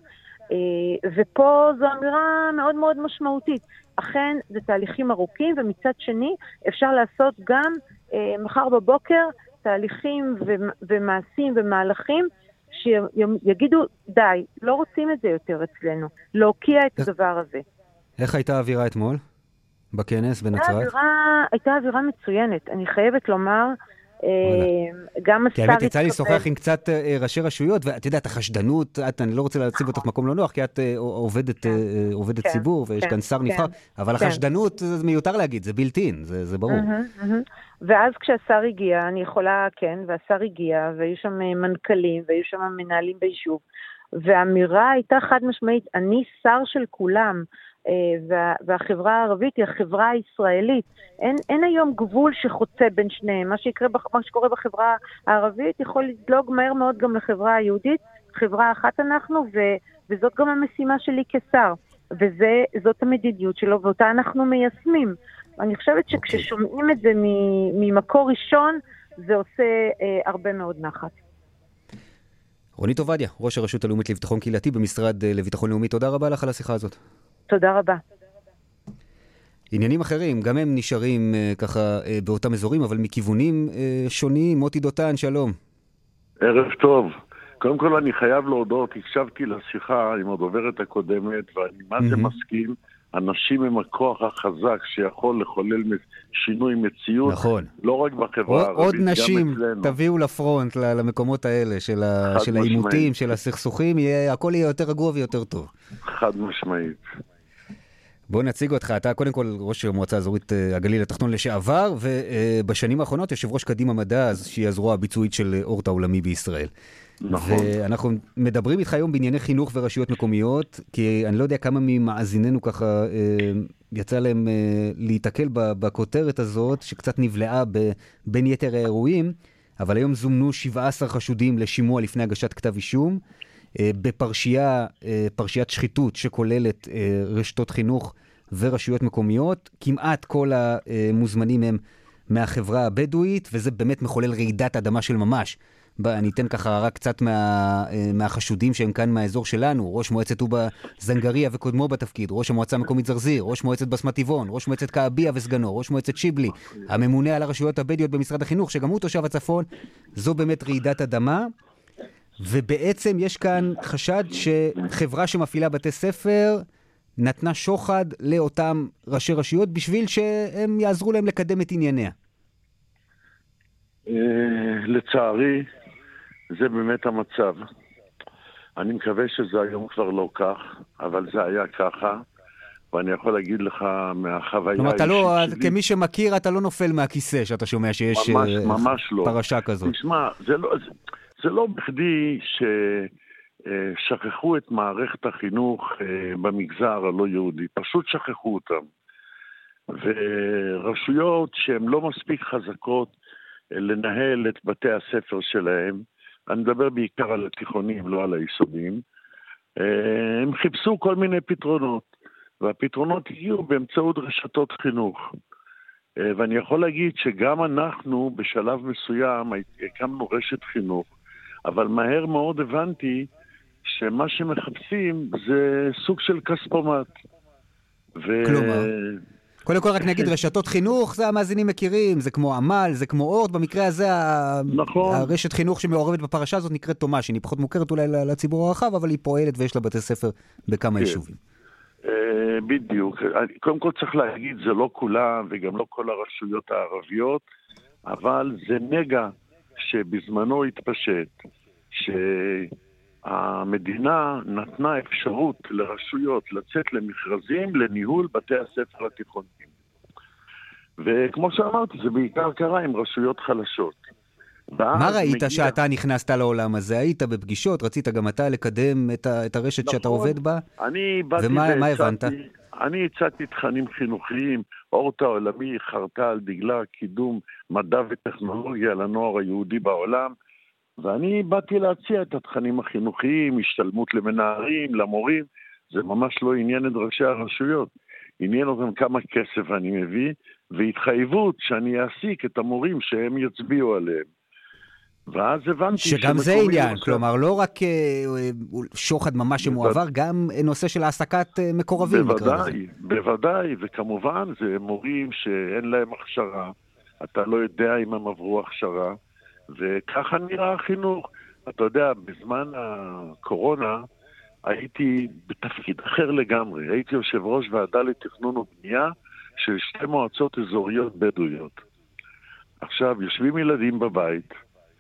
ופה זו אמירה מאוד מאוד משמעותית. אכן זה תהליכים ארוכים, ומצד שני אפשר לעשות גם מחר בבוקר תהליכים ומעשים ומהלכים שיגידו די, לא רוצים את זה יותר אצלנו, להוקיע את הדבר הזה. איך הייתה האווירה אתמול בכנס בנצרת? הייתה אווירה מצוינת, אני חייבת לומר. גם כי האמת יצא לי שוחח עם קצת ראשי רשויות, ואת יודעת, החשדנות, אני לא רוצה להציב אותך מקום לא נוח, כי את עובדת ציבור, ויש כאן שר נבחר, אבל החשדנות, זה מיותר להגיד, זה בלתי-אין, זה ברור. ואז כשהשר הגיע, אני יכולה, כן, והשר הגיע, והיו שם מנכ"לים, והיו שם מנהלים ביישוב, והאמירה הייתה חד משמעית, אני שר של כולם, והחברה הערבית היא החברה הישראלית. אין היום גבול שחוצה בין שניהם. מה שקורה בחברה הערבית יכול לדלוג מהר מאוד גם לחברה היהודית. חברה אחת אנחנו, וזאת גם המשימה שלי כשר. וזאת המדיניות שלו, ואותה אנחנו מיישמים. אני חושבת שכששומעים את זה ממקור ראשון, זה עושה הרבה מאוד נחת. רונית עובדיה, ראש הרשות הלאומית לביטחון קהילתי במשרד לביטחון לאומי, תודה רבה לך על השיחה הזאת. תודה רבה. עניינים אחרים, גם הם נשארים ככה באותם אזורים, אבל מכיוונים שונים. מוטי דותן, שלום. ערב טוב. קודם כל אני חייב להודות, הקשבתי לשיחה עם הדוברת הקודמת, ואני מה זה מסכים, אנשים עם הכוח החזק שיכול לחולל שינוי מציאות, נכון. לא רק בחברה הערבית, עוד נשים תביאו לפרונט, למקומות האלה של האימותים, של הסכסוכים, הכל יהיה יותר רגוע ויותר טוב. חד משמעית. בוא נציג אותך, אתה קודם כל ראש המועצה האזורית הגליל התחתון לשעבר, ובשנים האחרונות יושב ראש קדימה מדע, שהיא הזרוע הביצועית של אורט העולמי בישראל. נכון. ואנחנו מדברים איתך היום בענייני חינוך ורשויות מקומיות, כי אני לא יודע כמה ממאזיננו ככה יצא להם להתקל בכותרת הזאת, שקצת נבלעה בין יתר האירועים, אבל היום זומנו 17 חשודים לשימוע לפני הגשת כתב אישום, בפרשיית שחיתות שכוללת רשתות חינוך ורשויות מקומיות. כמעט כל המוזמנים הם מהחברה הבדואית, וזה באמת מחולל רעידת אדמה של ממש. אני אתן ככה רק קצת מהחשודים שהם כאן מהאזור שלנו. ראש מועצת טובה זנגריה וקודמו בתפקיד, ראש המועצה המקומית זרזיר, ראש מועצת בסמת טבעון, ראש מועצת קעביה וסגנו, ראש מועצת שיבלי, הממונה על הרשויות הבדואיות במשרד החינוך, שגם הוא תושב הצפון. זו באמת רעידת אדמה. ובעצם יש כאן חשד שחברה שמפעילה בתי ספר נתנה שוחד לאותם ראשי רשויות בשביל שהם יעזרו להם לקדם את ענייניה. לצערי, זה באמת המצב. אני מקווה שזה היום כבר לא כך, אבל זה היה ככה, ואני יכול להגיד לך מהחוויה האישית שלי... כמי שמכיר, אתה לא נופל מהכיסא שאתה שומע שיש ממש לא. פרשה כזאת. תשמע, זה לא בכדי ששכחו את מערכת החינוך במגזר הלא יהודי, פשוט שכחו אותם. ורשויות שהן לא מספיק חזקות לנהל את בתי הספר שלהם, אני מדבר בעיקר על התיכונים, לא על היסודיים, הם חיפשו כל מיני פתרונות, והפתרונות הגיעו באמצעות רשתות חינוך. ואני יכול להגיד שגם אנחנו בשלב מסוים הקמנו רשת חינוך, אבל מהר מאוד הבנתי שמה שמחפשים זה סוג של כספומט. כלומר? קודם כל רק נגיד רשתות חינוך, זה המאזינים מכירים, זה כמו עמל, זה כמו אורט, במקרה הזה נכון. הרשת חינוך שמעורבת בפרשה הזאת נקראת תומש, היא פחות מוכרת אולי לציבור הרחב, אבל היא פועלת ויש לה בתי ספר בכמה יישובים. בדיוק. קודם כל צריך להגיד, זה לא כולם וגם לא כל הרשויות הערביות, אבל זה נגע שבזמנו התפשט, שהמדינה נתנה אפשרות לרשויות לצאת למכרזים לניהול בתי הספר התיכוניים. וכמו שאמרתי, זה בעיקר קרה עם רשויות חלשות. מה ראית שאתה נכנסת לעולם הזה? היית בפגישות, רצית גם אתה לקדם את הרשת שאתה עובד בה? ומה הבנת? אני הצעתי תכנים חינוכיים, אורט העולמי חרתה על דגלה קידום מדע וטכנולוגיה לנוער היהודי בעולם, ואני באתי להציע את התכנים החינוכיים, השתלמות למנהלים, למורים, זה ממש לא עניין את ראשי הרשויות, עניין אותם כמה כסף אני מביא, והתחייבות שאני אעסיק את המורים שהם יצביעו עליהם. ואז הבנתי שגם זה עניין, כלומר לא רק שוחד ממש שמועבר, גם נושא של העסקת מקורבים. בוודאי, וכמובן זה מורים שאין להם הכשרה, אתה לא יודע אם הם עברו הכשרה, וככה נראה החינוך. אתה יודע, בזמן הקורונה הייתי בתפקיד אחר לגמרי, הייתי יושב ראש ועדה לתכנון ובנייה של 2 מועצות אזוריות בדואיות. עכשיו יושבים ילדים בבית,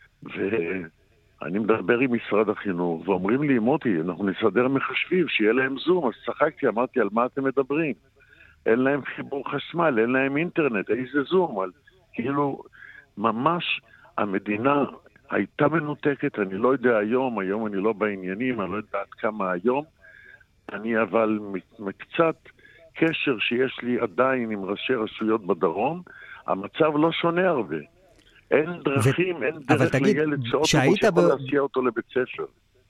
ואני מדבר עם משרד החינוך, ואומרים לי, מוטי, אנחנו נסדר מחשבים, שיהיה להם זום. אז צחקתי, אמרתי, על מה אתם מדברים? אין להם חיבור חשמל, אין להם אינטרנט, איזה זום? כאילו, ממש המדינה הייתה מנותקת, אני לא יודע היום אני לא בעניינים, אני לא יודע עד כמה היום, אני אבל מקצת קשר שיש לי עדיין עם ראשי רשויות בדרום, המצב לא שונה הרבה. אין דרכים, אין דרך לילד שאוטובוס יכול להסיע אותו לבית ספר.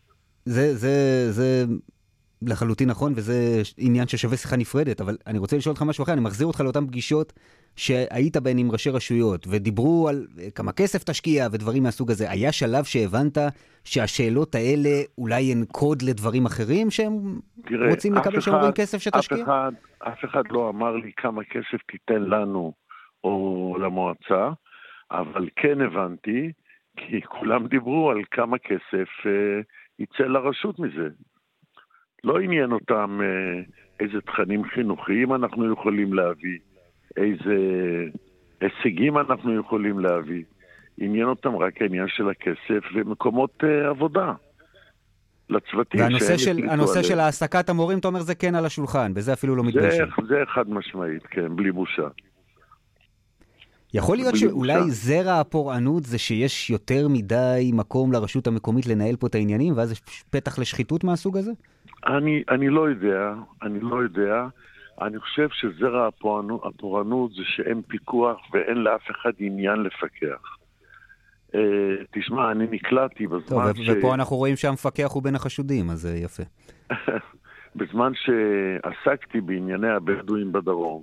זה לחלוטין נכון, וזה עניין ששווה שיחה נפרדת, אבל אני רוצה לשאול אותך משהו אחר, אני מחזיר אותך לאותן פגישות שהיית בהן עם ראשי רשויות, ודיברו על כמה כסף תשקיע ודברים מהסוג הזה. היה שלב שהבנת שהשאלות האלה אולי הן קוד לדברים אחרים שהם רוצים לקבל שאומרים כסף שתשקיע? אף אחד לא אמר לי כמה כסף תיתן לנו או למועצה, אבל כן הבנתי, כי כולם דיברו על כמה כסף יצא לרשות מזה. לא עניין אותם איזה תכנים חינוכיים אנחנו יכולים להביא, איזה הישגים אנחנו יכולים להביא. עניין אותם רק העניין של הכסף ומקומות עבודה. לצוותים והנושא של העסקת המורים, אתה אומר, זה כן על השולחן, בזה אפילו לא מתביישים. זה חד משמעית, כן, בלי בושה. יכול להיות שאולי זרע הפורענות זה שיש יותר מדי מקום לרשות המקומית לנהל פה את העניינים, ואז יש פתח לשחיתות מהסוג הזה? אני לא יודע. אני חושב שזרע הפורענות זה שאין פיקוח ואין לאף אחד עניין לפקח. תשמע, אני נקלעתי בזמן ופה אנחנו רואים שהמפקח הוא בין החשודים, אז זה יפה. בזמן שעסקתי בענייני הבדואים בדרום,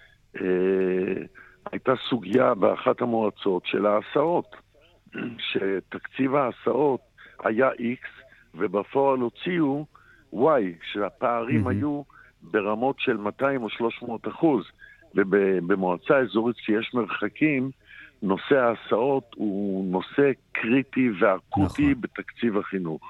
הייתה סוגיה באחת המועצות של ההסעות, שתקציב ההסעות היה X, ובפועל הוציאו Y, שהפערים היו ברמות של 200 או 300%, ובמועצה אזורית שיש מרחקים, נושא ההסעות הוא נושא קריטי ואקוטי בתקציב החינוך.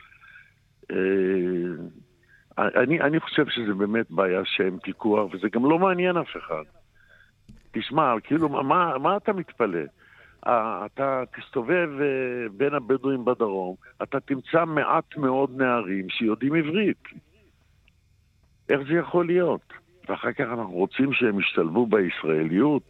אני חושב שזה באמת בעיה שאין פיקוח, וזה גם לא מעניין אף אחד. תשמע, כאילו, מה אתה מתפלא? אתה תסתובב בין הבדואים בדרום, אתה תמצא מעט מאוד נערים שיודעים עברית. איך זה יכול להיות? ואחר כך אנחנו רוצים שהם ישתלבו בישראליות.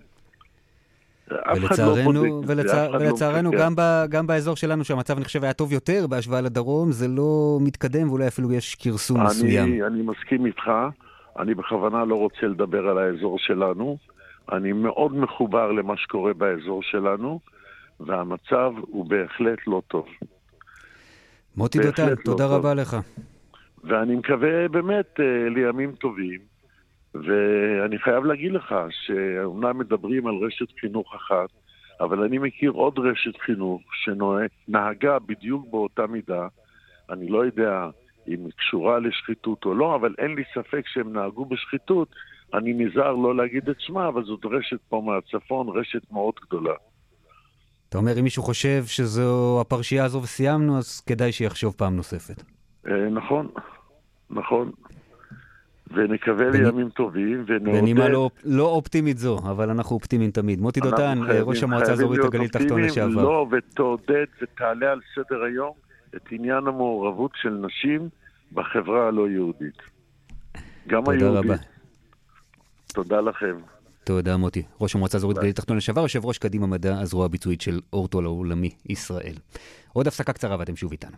ולצערנו גם באזור שלנו שהמצב נחשב היה טוב יותר בהשוואה לדרום, זה לא מתקדם ואולי אפילו יש כרסום מסוים. אני מסכים איתך, אני בכוונה לא רוצה לדבר על האזור שלנו, אני מאוד מחובר למה שקורה באזור שלנו, והמצב הוא בהחלט לא טוב. מוטי דותן, תודה רבה לך. ואני מקווה באמת לימים טובים, ואני חייב להגיד לך שאומנם מדברים על רשת חינוך אחת, אבל אני מכיר עוד רשת חינוך שנהגה בדיוק באותה מידה. אני לא יודע אם היא קשורה לשחיתות או לא, אבל אין לי ספק שהם נהגו בשחיתות. אני נזהר לא להגיד את שמה, אבל זאת רשת פה מהצפון, רשת מאוד גדולה. אתה אומר, אם מישהו חושב שזו הפרשייה הזו וסיימנו, אז כדאי שיחשוב פעם נוספת. נכון, נכון. ונקווה לימים טובים, ונעודד... בנימה לא אופטימית זו, אבל אנחנו אופטימיים תמיד. מוטי דותן, ראש המועצה האזורית הגליל תחתון לשעבר. לא, ותעודד ותעלה על סדר היום את עניין המעורבות של נשים בחברה הלא יהודית. גם היהודית. תודה רבה. תודה לכם. תודה מוטי. ראש המועצה האזורית גליל תחתון לשעבר, יושב ראש קדימה מדע, הזרוע הביצועית של אורטו העולמי ישראל. עוד הפסקה קצרה ואתם שוב איתנו.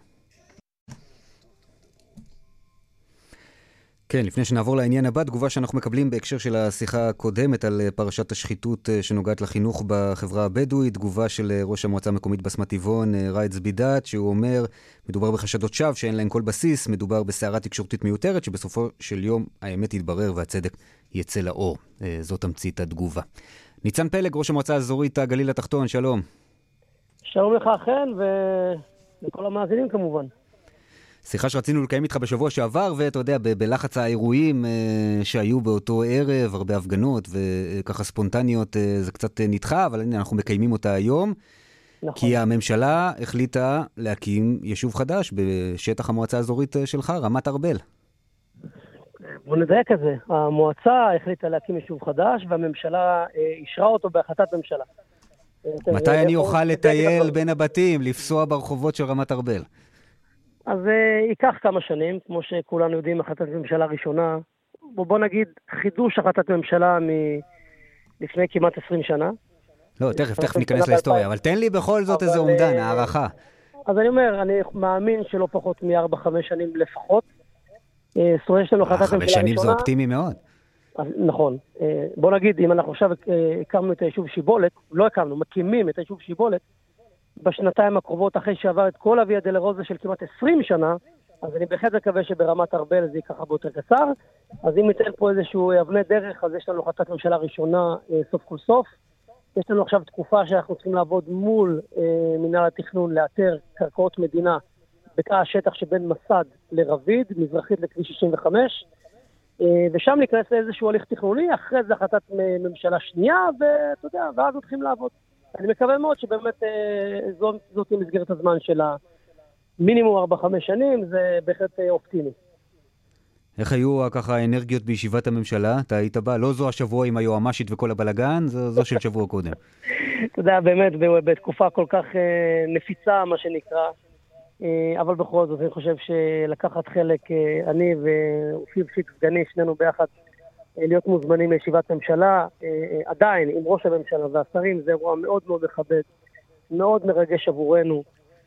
כן, לפני שנעבור לעניין הבא, תגובה שאנחנו מקבלים בהקשר של השיחה הקודמת על פרשת השחיתות שנוגעת לחינוך בחברה הבדואית, תגובה של ראש המועצה המקומית בסמת טבעון, ראיד זבידת, שהוא אומר, מדובר בחשדות שווא שאין להם כל בסיס, מדובר בסערה תקשורתית מיותרת, שבסופו של יום האמת יתברר והצדק יצא לאור. זאת תמצית התגובה. ניצן פלג, ראש המועצה האזורית הגליל התחתון, שלום. שלום לך אכן, ולכל המאזינים כמובן. שיחה שרצינו לקיים איתך בשבוע שעבר, ואתה יודע, בלחץ האירועים שהיו באותו ערב, הרבה הפגנות וככה ספונטניות, זה קצת נדחה, אבל הנה אנחנו מקיימים אותה היום. נכון. כי הממשלה החליטה להקים יישוב חדש בשטח המועצה האזורית שלך, רמת ארבל. בוא נדייק את זה. המועצה החליטה להקים יישוב חדש, והממשלה אישרה אותו בהחלטת ממשלה. מתי אני אוכל לטייל בין הבתים, לפסוע ברחובות של רמת ארבל? אז ייקח כמה שנים, כמו שכולנו יודעים, החלטת ממשלה ראשונה, בוא נגיד חידוש החלטת ממשלה לפני כמעט 20 שנה. לא, תכף ניכנס להיסטוריה, אבל תן לי בכל זאת איזה אומדן, הערכה. אז אני אומר, אני מאמין שלא פחות מ4-5 שנים לפחות. זאת אומרת, יש לנו החלטת ממשלה ראשונה. 5 שנים זה אופטימי מאוד. נכון. בוא נגיד, אם אנחנו עכשיו הקמנו את היישוב שיבולת, לא הקמנו, מקימים את היישוב שיבולת, בשנתיים הקרובות, אחרי שעבר את כל הוויה דולורוזה של כמעט 20 שנה, אז אני בהחלט מקווה שברמת ארבל זה ייקח הרבה יותר קצר. אז אם ניתן פה איזשהו אבני דרך, אז יש לנו החלטת ממשלה ראשונה סוף כל סוף. יש לנו עכשיו תקופה שאנחנו צריכים לעבוד מול מינהל התכנון, לאתר קרקעות מדינה בתא השטח שבין מסד לרביד, מזרחית לכביש 65, ושם ניכנס לאיזשהו הליך תכנוני, אחרי זה החלטת ממשלה שנייה, ואתה יודע, ואז הולכים לעבוד. אני מקווה מאוד שבאמת זאת מסגרת הזמן של המינימום 4-5 שנים, זה בהחלט אופטימי. איך היו ככה האנרגיות בישיבת הממשלה? אתה היית בא, לא זו השבוע עם היועמ"שית וכל הבלגן, זו של שבוע קודם. אתה יודע, באמת, בתקופה כל כך נפיצה, מה שנקרא, אבל בכל זאת, אני חושב שלקחת חלק, אני ואופיר שיק סגני, שנינו ביחד, להיות מוזמנים לישיבת ממשלה, עדיין עם ראש הממשלה והשרים, זה אירוע מאוד מאוד מכבד, מאוד מרגש עבורנו,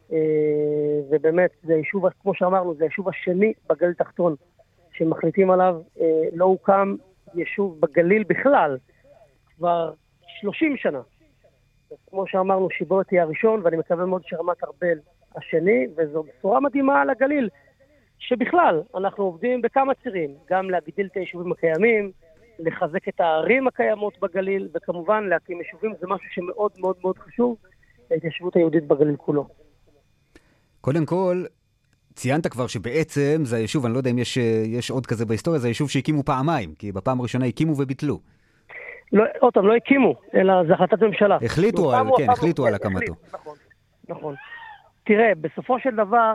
ובאמת, זה יישוב, כמו שאמרנו, זה היישוב השני בגליל תחתון, שמחליטים עליו, לא הוקם יישוב בגליל בכלל, כבר 30 שנה. כמו שאמרנו, שיבולת תהיה הראשון, ואני מקווה מאוד שרמת ארבל השני, וזו בשורה מדהימה על הגליל, שבכלל אנחנו עובדים בכמה צירים, גם להגדיל את היישובים הקיימים, לחזק את הערים הקיימות בגליל, וכמובן להקים יישובים, זה משהו שמאוד מאוד מאוד חשוב, להתיישבות היהודית בגליל כולו. קודם כל, ציינת כבר שבעצם זה היישוב, אני לא יודע אם יש עוד כזה בהיסטוריה, זה היישוב שהקימו פעמיים, כי בפעם הראשונה הקימו וביטלו. אותם לא הקימו, אלא זה החלטת ממשלה. החליטו על הקמתו. נכון. תראה, בסופו של דבר,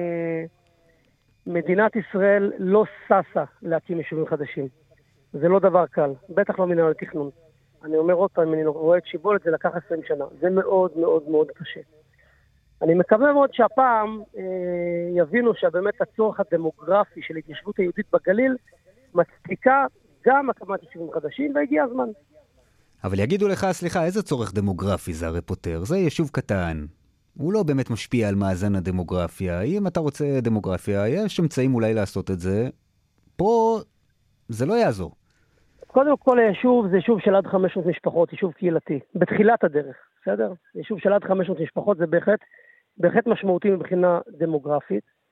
מדינת ישראל לא ססה להקים יישובים חדשים. זה לא דבר קל, בטח לא מנהל התכנון. אני אומר עוד פעם, אני רואה את שיבולת, זה לקח 20 שנה. זה מאוד מאוד מאוד קשה. אני מקווה מאוד שהפעם יבינו שבאמת הצורך הדמוגרפי של התיישבות היהודית בגליל מצדיקה גם הקמת יישובים חדשים, והגיע הזמן. אבל יגידו לך, סליחה, איזה צורך דמוגרפי זה הרי פותר? זה יישוב קטן. הוא לא באמת משפיע על מאזן הדמוגרפיה. אם אתה רוצה דמוגרפיה, יש אמצעים אולי לעשות את זה. פה זה לא יעזור. קודם כל היישוב זה יישוב של עד 500 משפחות, יישוב קהילתי. בתחילת הדרך, בסדר? יישוב של עד 500 משפחות זה בהחלט משמעותי מבחינה דמוגרפית.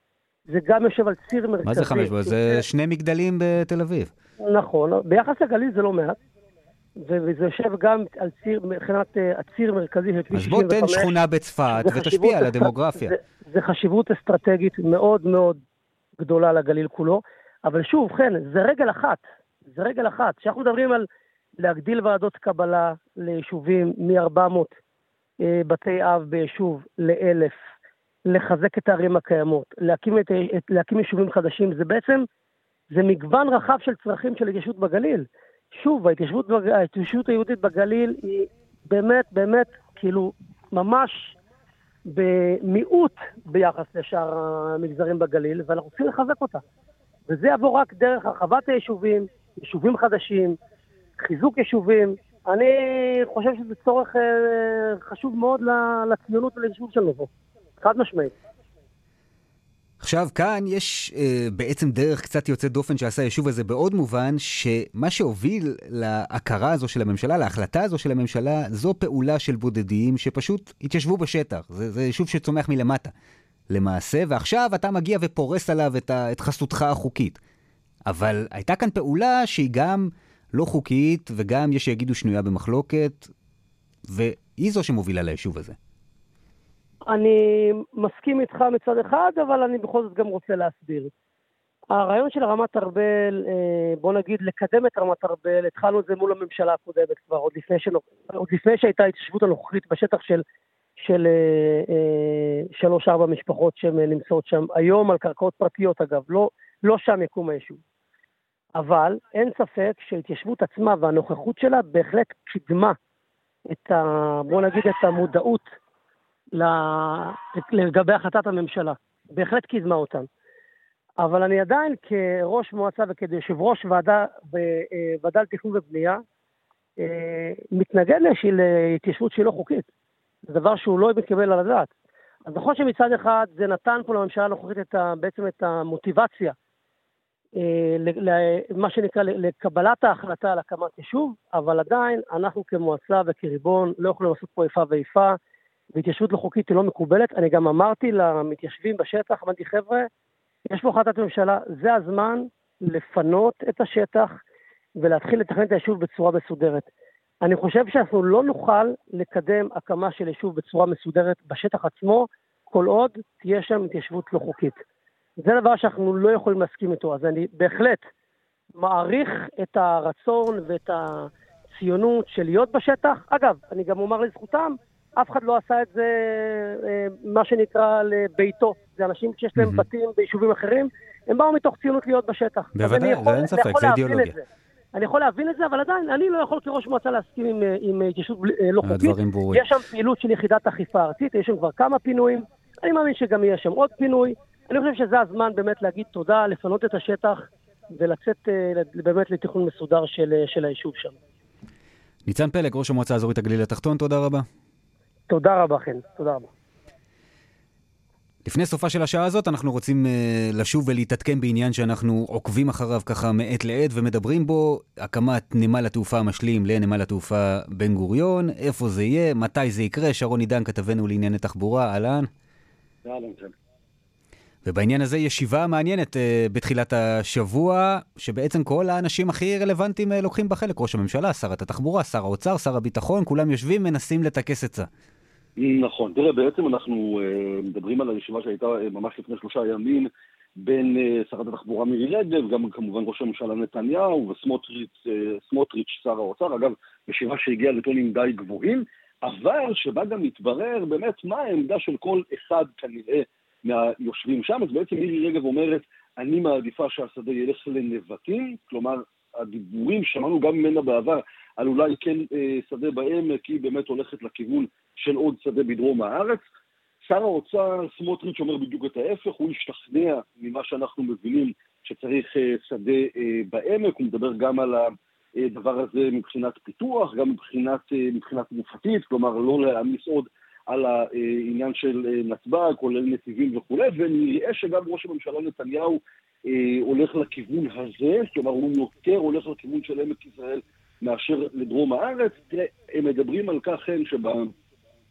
זה גם יושב על ציר מרכזי. מה זה 5 באב? זה 2 מגדלים בתל אביב. נכון, ביחס לגליל זה לא מעט, וזה יושב גם על ציר, מבחינת הציר מרכזי של כביש 65. אז בוא תן שכונה בצפת ותשפיע על הדמוגרפיה. זה חשיבות אסטרטגית מאוד מאוד גדולה לגליל כולו, אבל שוב, כן, זה רגל אחת. כשאנחנו מדברים על להגדיל ועדות קבלה ליישובים מ-400 בתי אב ביישוב ל-1,000, לחזק את הערים הקיימות, להקים יישובים חדשים, זה בעצם, זה מגוון רחב של צרכים של התיישבות בגליל. שוב, ההתיישבות היהודית בגליל היא באמת, כאילו, ממש במיעוט ביחס לשאר המגזרים בגליל, ואנחנו צריכים לחזק אותה. וזה יבוא רק דרך הרחבת היישובים, יישובים חדשים, חיזוק יישובים. אני חושב שזה צורך חשוב מאוד לציונות וליישוב שלנו פה. חד משמעית. עכשיו, כאן יש בעצם דרך קצת יוצאת דופן שעשה היישוב הזה בעוד מובן, שמה שהוביל להכרה הזו של הממשלה, להחלטה הזו של הממשלה, זו פעולה של בודדים שפשוט התיישבו בשטח. זה יישוב שצומח מלמטה, למעשה, ועכשיו אתה מגיע ופורס עליו את חסותך החוקית. אבל הייתה כאן פעולה שהיא גם לא חוקית, וגם יש שיגידו שנויה במחלוקת, והיא זו שמובילה ליישוב הזה. אני מסכים איתך מצד אחד, אבל אני בכל זאת גם רוצה להסביר. הרעיון של רמת ארבל, בוא נגיד, לקדם את רמת ארבל, התחלנו את זה מול הממשלה הקודמת כבר, עוד לפני שהייתה התיישבות הנוכחית בשטח של 3-4 משפחות שנמצאות שם, היום על קרקעות פרטיות אגב, לא שם יקום היישוב. אבל אין ספק שההתיישבות עצמה והנוכחות שלה בהחלט קידמה בוא נגיד, את המודעות לגבי החלטת הממשלה. בהחלט קידמה אותן. אבל אני עדיין כראש מועצה וכיושב ראש ועדה לתכנון ובנייה, מתנגד להתיישבות שהיא לא חוקית. זה דבר שהוא לא מתקבל על הדעת. אז נכון שמצד אחד זה נתן פה לממשלה הנוכחית בעצם את המוטיבציה, מה שנקרא לקבלת ההחלטה על הקמת יישוב, אבל עדיין אנחנו כמועצה וכריבון לא יכולים לעשות פה איפה ואיפה, והתיישבות לא חוקית היא לא מקובלת. אני גם אמרתי למתיישבים בשטח, אמרתי חבר'ה, יש פה החלטת ממשלה, זה הזמן לפנות את השטח ולהתחיל לתכנן את היישוב בצורה מסודרת. אני חושב שאנחנו לא נוכל לקדם הקמה של יישוב בצורה מסודרת בשטח עצמו, כל עוד תהיה שם התיישבות לא חוקית. זה דבר שאנחנו לא יכולים להסכים איתו, אז אני בהחלט מעריך את הרצון ואת הציונות של להיות בשטח. אגב, אני גם אומר לזכותם, אף אחד לא עשה את זה, מה שנקרא, לביתו. זה אנשים שיש להם בתים ביישובים אחרים, הם באו מתוך ציונות להיות בשטח. בוודאי, זה אין ספק, זה אידיאולוגיה. אני יכול להבין את זה, אבל עדיין, אני לא יכול כראש מועצה להסכים עם התיישבות לא חוקית. יש שם פעילות של יחידת אכיפה ארצית, יש שם כבר כמה פינויים, אני מאמין שגם יהיה שם עוד פינוי. אני חושב שזה הזמן באמת להגיד תודה, לפנות את השטח, ולצאת באמת לתכנון מסודר של היישוב שם. ניצן פלג, ראש המועצה האזורית הגליל התחתון, תודה רבה. תודה רבה, כן, תודה רבה. לפני סופה של השעה הזאת אנחנו רוצים לשוב ולהתעדכן בעניין שאנחנו עוקבים אחריו ככה מעת לעת ומדברים בו, הקמת נמל התעופה המשלים לנמל התעופה בן גוריון, איפה זה יהיה, מתי זה יקרה. שרון עידן כתבנו לענייני תחבורה, אהלן. אהלן, כן. ובעניין הזה ישיבה מעניינת בתחילת השבוע, שבעצם כל האנשים הכי רלוונטיים לוקחים בחלק, ראש הממשלה, שרת התחבורה, שר האוצר, שר הביטחון, כולם יושבים, מנסים לטכס עצה. נכון, תראה, בעצם אנחנו מדברים על הישיבה שהייתה ממש לפני 3 ימים, בין שרת התחבורה מירי רגב, גם כמובן ראש הממשלה נתניהו וסמוטריץ' שר האוצר, אגב, ישיבה שהגיעה לטונים די גבוהים, אבל שבה גם מתברר באמת מה העמדה של כל אחד כנראה מהיושבים שם. אז בעצם מירי רגב אומרת, אני מעדיפה שהשדה ילך לנבטים, כלומר, הדיבורים שמענו גם ממנה בעבר, על אולי כן שדה בעמק, היא באמת הולכת לכיוון של עוד שדה בדרום הארץ. שר האוצר סמוטריץ' אומר בדיוק את ההפך, הוא השתכנע ממה שאנחנו מבינים שצריך שדה בעמק, הוא מדבר גם על הדבר הזה מבחינת פיתוח, גם מבחינת מופתית, כלומר לא להעמיס עוד על העניין של נתב"ג, כולל נתיבים וכו', ונראה שגם ראש הממשלה נתניהו הולך לכיוון הזה, כלומר הוא יותר הולך לכיוון של עמק ישראל מאשר לדרום הארץ. תראה, הם מדברים על כך שבשבועות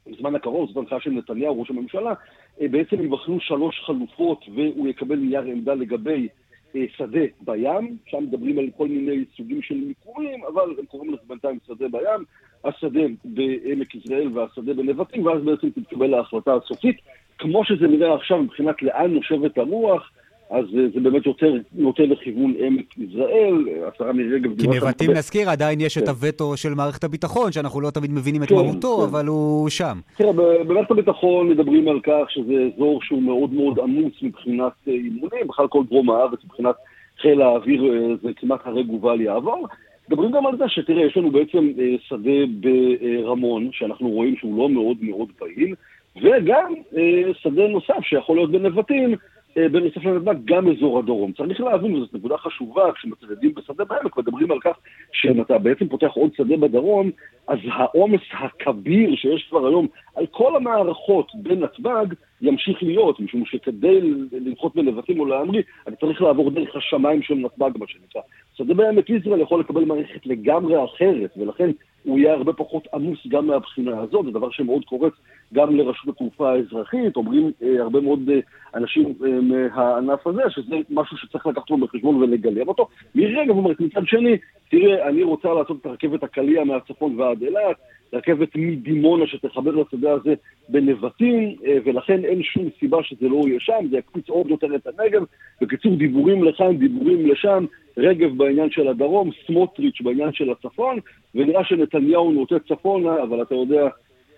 בזמן הקרוב, זאת הנחיה של נתניהו, ראש הממשלה, בעצם יבחנו 3 חלופות והוא יקבל נייר עמדה לגבי שדה בים, שם מדברים על כל מיני סוגים של מיקומים, אבל הם קוראים לזה בינתיים שדה בים, השדה בעמק יזרעאל והשדה בנבטים, ואז בעצם תתקבל ההחלטה הסופית. כמו שזה נראה עכשיו מבחינת לאן נושבת הרוח, אז זה באמת יותר נוטה לכיוון עמק יזרעאל, השרה מירי רגב... כי נבטים נזכיר, עדיין יש את הווטו של מערכת הביטחון, שאנחנו לא תמיד מבינים את מהותו, אבל הוא שם. תראה, במערכת הביטחון מדברים על כך שזה אזור שהוא מאוד מאוד עמוס מבחינת אימונים, בכלל כל דרום הארץ מבחינת חיל האוויר זה כמעט הרג ובל יעבור. מדברים גם על זה שתראה, יש לנו בעצם שדה ברמון, שאנחנו רואים שהוא לא מאוד מאוד פעיל, וגם שדה נוסף שיכול להיות בנבטים, בנוסף לנתב"ג גם אזור הדרום. צריך להבין, וזאת נקודה חשובה, כשמצדדים בשדה בעמק, מדברים על כך שאם אתה בעצם פותח עוד שדה בדרום, אז העומס הכביר שיש כבר היום על כל המערכות בנתב"ג ימשיך להיות, משום שכדי לנחות בנבטים או להמריא, אתה צריך לעבור דרך השמיים של נתב"ג, מה שנקרא. שדה בעמק יזרעאל יכול לקבל מערכת לגמרי אחרת, ולכן הוא יהיה הרבה פחות עמוס גם מהבחינה הזאת, זה דבר שמאוד קורץ גם לרשות התעופה האזרחית, אומרים הרבה מאוד אנשים מהענף הזה, שזה משהו שצריך לקחת לו בחשבון ולגלם אותו. מרגע אומרת, מצד שני, תראה, אני רוצה לעשות את הרכבת הקליע מהצפון ועד אילת, רכבת מדימונה שתחבר לשדה הזה בנבטים, ולכן אין שום סיבה שזה לא יהיה שם, זה יקפיץ עוד יותר את הנגב, בקיצור דיבורים לכאן, דיבורים לשם, רגב בעניין של הדרום, סמוטריץ' בעניין של הצפון, ונראה שנתניהו נוטה צפונה, אבל אתה יודע,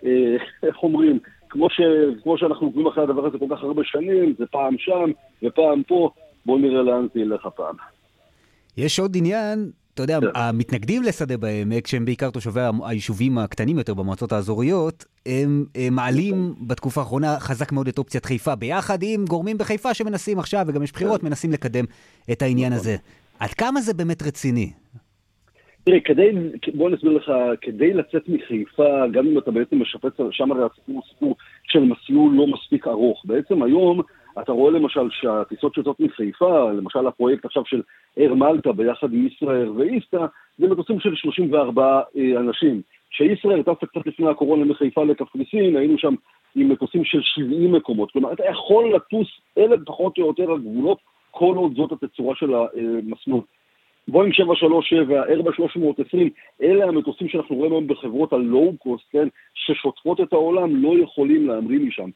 איך אומרים, כמו שאנחנו עוקבים אחרי הדבר הזה כל כך הרבה שנים, זה פעם שם ופעם פה, בוא נראה לאן זה ילך הפעם. יש עוד עניין, אתה יודע, המתנגדים לשדה בעמק, שהם בעיקר תושבי היישובים הקטנים יותר במועצות האזוריות, הם מעלים בתקופה האחרונה חזק מאוד את אופציית חיפה, ביחד עם גורמים בחיפה שמנסים עכשיו, וגם יש בחירות, מנסים לקדם את העניין הזה. עד כמה זה באמת רציני? תראה, בוא נסביר לך, כדי לצאת מחיפה, גם אם אתה בעצם משפץ שם הרי הסיפור של מסלול לא מספיק ארוך. בעצם היום אתה רואה למשל שהטיסות שיוצאות מחיפה, למשל הפרויקט עכשיו של אר מלטה ביחד עם ישראל ואיסטה, זה מטוסים של 34 אנשים. שישראל טסה קצת לפני הקורונה מחיפה לקפריסין, היינו שם עם מטוסים של 70 מקומות. כלומר, אתה יכול לטוס אלה פחות או יותר הגבולות, כל עוד זאת התצורה של המסלול. בואינג 737, איירבס 320, אלה המטוסים שאנחנו רואים היום בחברות הלואו-קוסט, כן, ששוטפות את העולם, לא יכולים להמריא משם.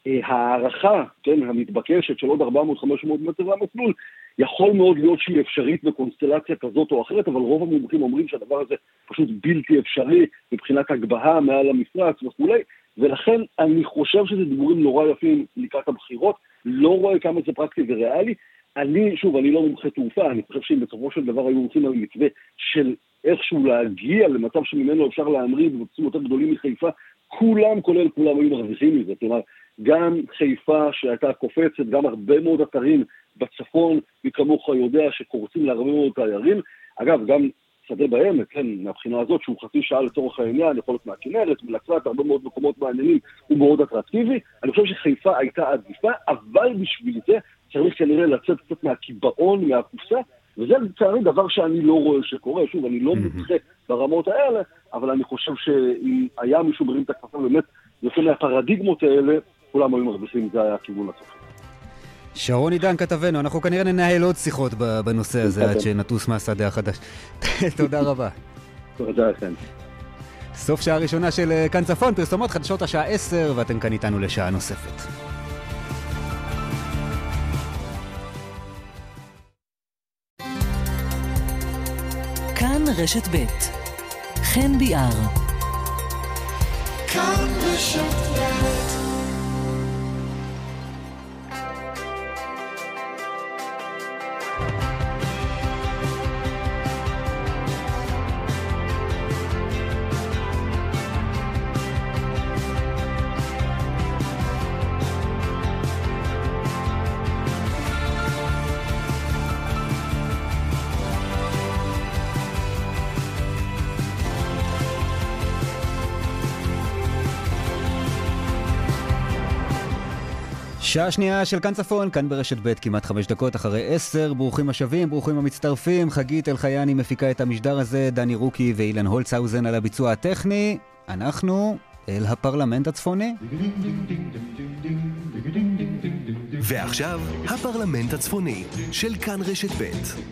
הערכה, כן, המתבקשת של עוד 400-500 מטר למסלול, יכול מאוד להיות שהיא אפשרית בקונסטלציה כזאת או אחרת, אבל רוב המומחים אומרים שהדבר הזה פשוט בלתי אפשרי מבחינת הגבהה מעל המפרץ וכולי, ולכן אני חושב שזה דיבורים נורא יפים לקראת הבחירות, לא רואה כמה זה פרקטי וריאלי. אני לא מומחה תעופה, אני חושב שאם בסופו של דבר היו הולכים על מתווה של איכשהו להגיע למצב שממנו אפשר להמריא במטוסים יותר גדולים מחיפה, כולם היו מרוויחים מזה. כלומר, גם חיפה שהייתה קופצת, גם הרבה מאוד אתרים בצפון, מכמוך יודע שקורצים להרבה מאוד תיירים. אגב, גם שדה בעמק, כן, מהבחינה הזאת, שהוא חצי שעה לצורך העניין, יכול להיות מהכנרת, מלצת, הרבה מאוד מקומות מעניינים, הוא מאוד אטרקטיבי. אני חושב שחיפה הייתה עדיפה, אבל בשביל זה צריך כנראה לצאת קצת מהקיבעון, מהקופסה, וזה לצערי דבר שאני לא רואה שקורה. שוב, אני לא מומחה ברמות האלה, אבל אני חושב שאם היה מישהו מרים את הכפפה באמת, יוצא מהפרדיגמות האלה, כולם היו מרוויחים, זה היה הכיוון הסופי. שרון עידן כתבנו, אנחנו כנראה ננהל עוד שיחות בנושא הזה עד שנטוס מהשדה החדש. תודה רבה. תודה לכם. סוף שעה ראשונה של כאן צפון, פרסומות חדשות השעה 10, ואתם כאן איתנו לשעה נוספת. כאן רשת ב' חן ביאר. כאן רשת ב' שעה שנייה של כאן צפון, כאן ברשת ב' כמעט 5 דקות אחרי 10, ברוכים השבים, ברוכים המצטרפים, חגית אלחייני מפיקה את המשדר הזה, דני רוקי ואילן הולצהאוזן על הביצוע הטכני, אנחנו אל הפרלמנט הצפוני. ועכשיו, הפרלמנט הצפוני של כאן רשת ב'.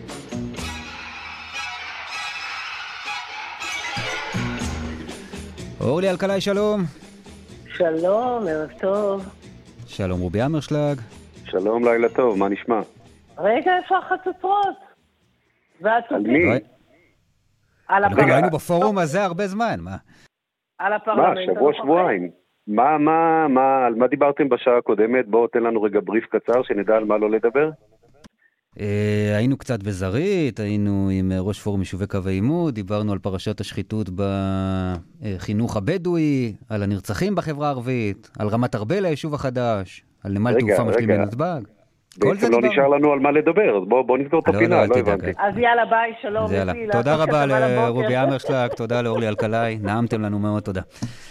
אורלי אלקלעי, שלום. שלום, ערב טוב. שלום רובי אמרשלג. שלום, לילה טוב, מה נשמע? רגע, איפה החצוצרות? על מי? על הפרלמנט. היינו בפורום הזה הרבה זמן, מה? על הפרלמנט. מה, שבועיים? על מה דיברתם בשעה הקודמת? בואו תן לנו רגע בריף קצר, שנדע על מה לא לדבר. היינו קצת בזרית, היינו עם ראש פורום יישובי קו העימות, דיברנו על פרשת השחיתות בחינוך הבדואי, על הנרצחים בחברה הערבית, על רמת ארבל, היישוב החדש, על נמל תעופה משלים בנתב"ג. בעצם לא נשאר לנו על מה לדבר, אז בואו נסגור את הפינה, לא הבנתי. אז יאללה, ביי, שלום. תודה רבה לרובי אמרשלג, תודה לאורלי אלקלעי, נעמתם לנו מאוד, תודה.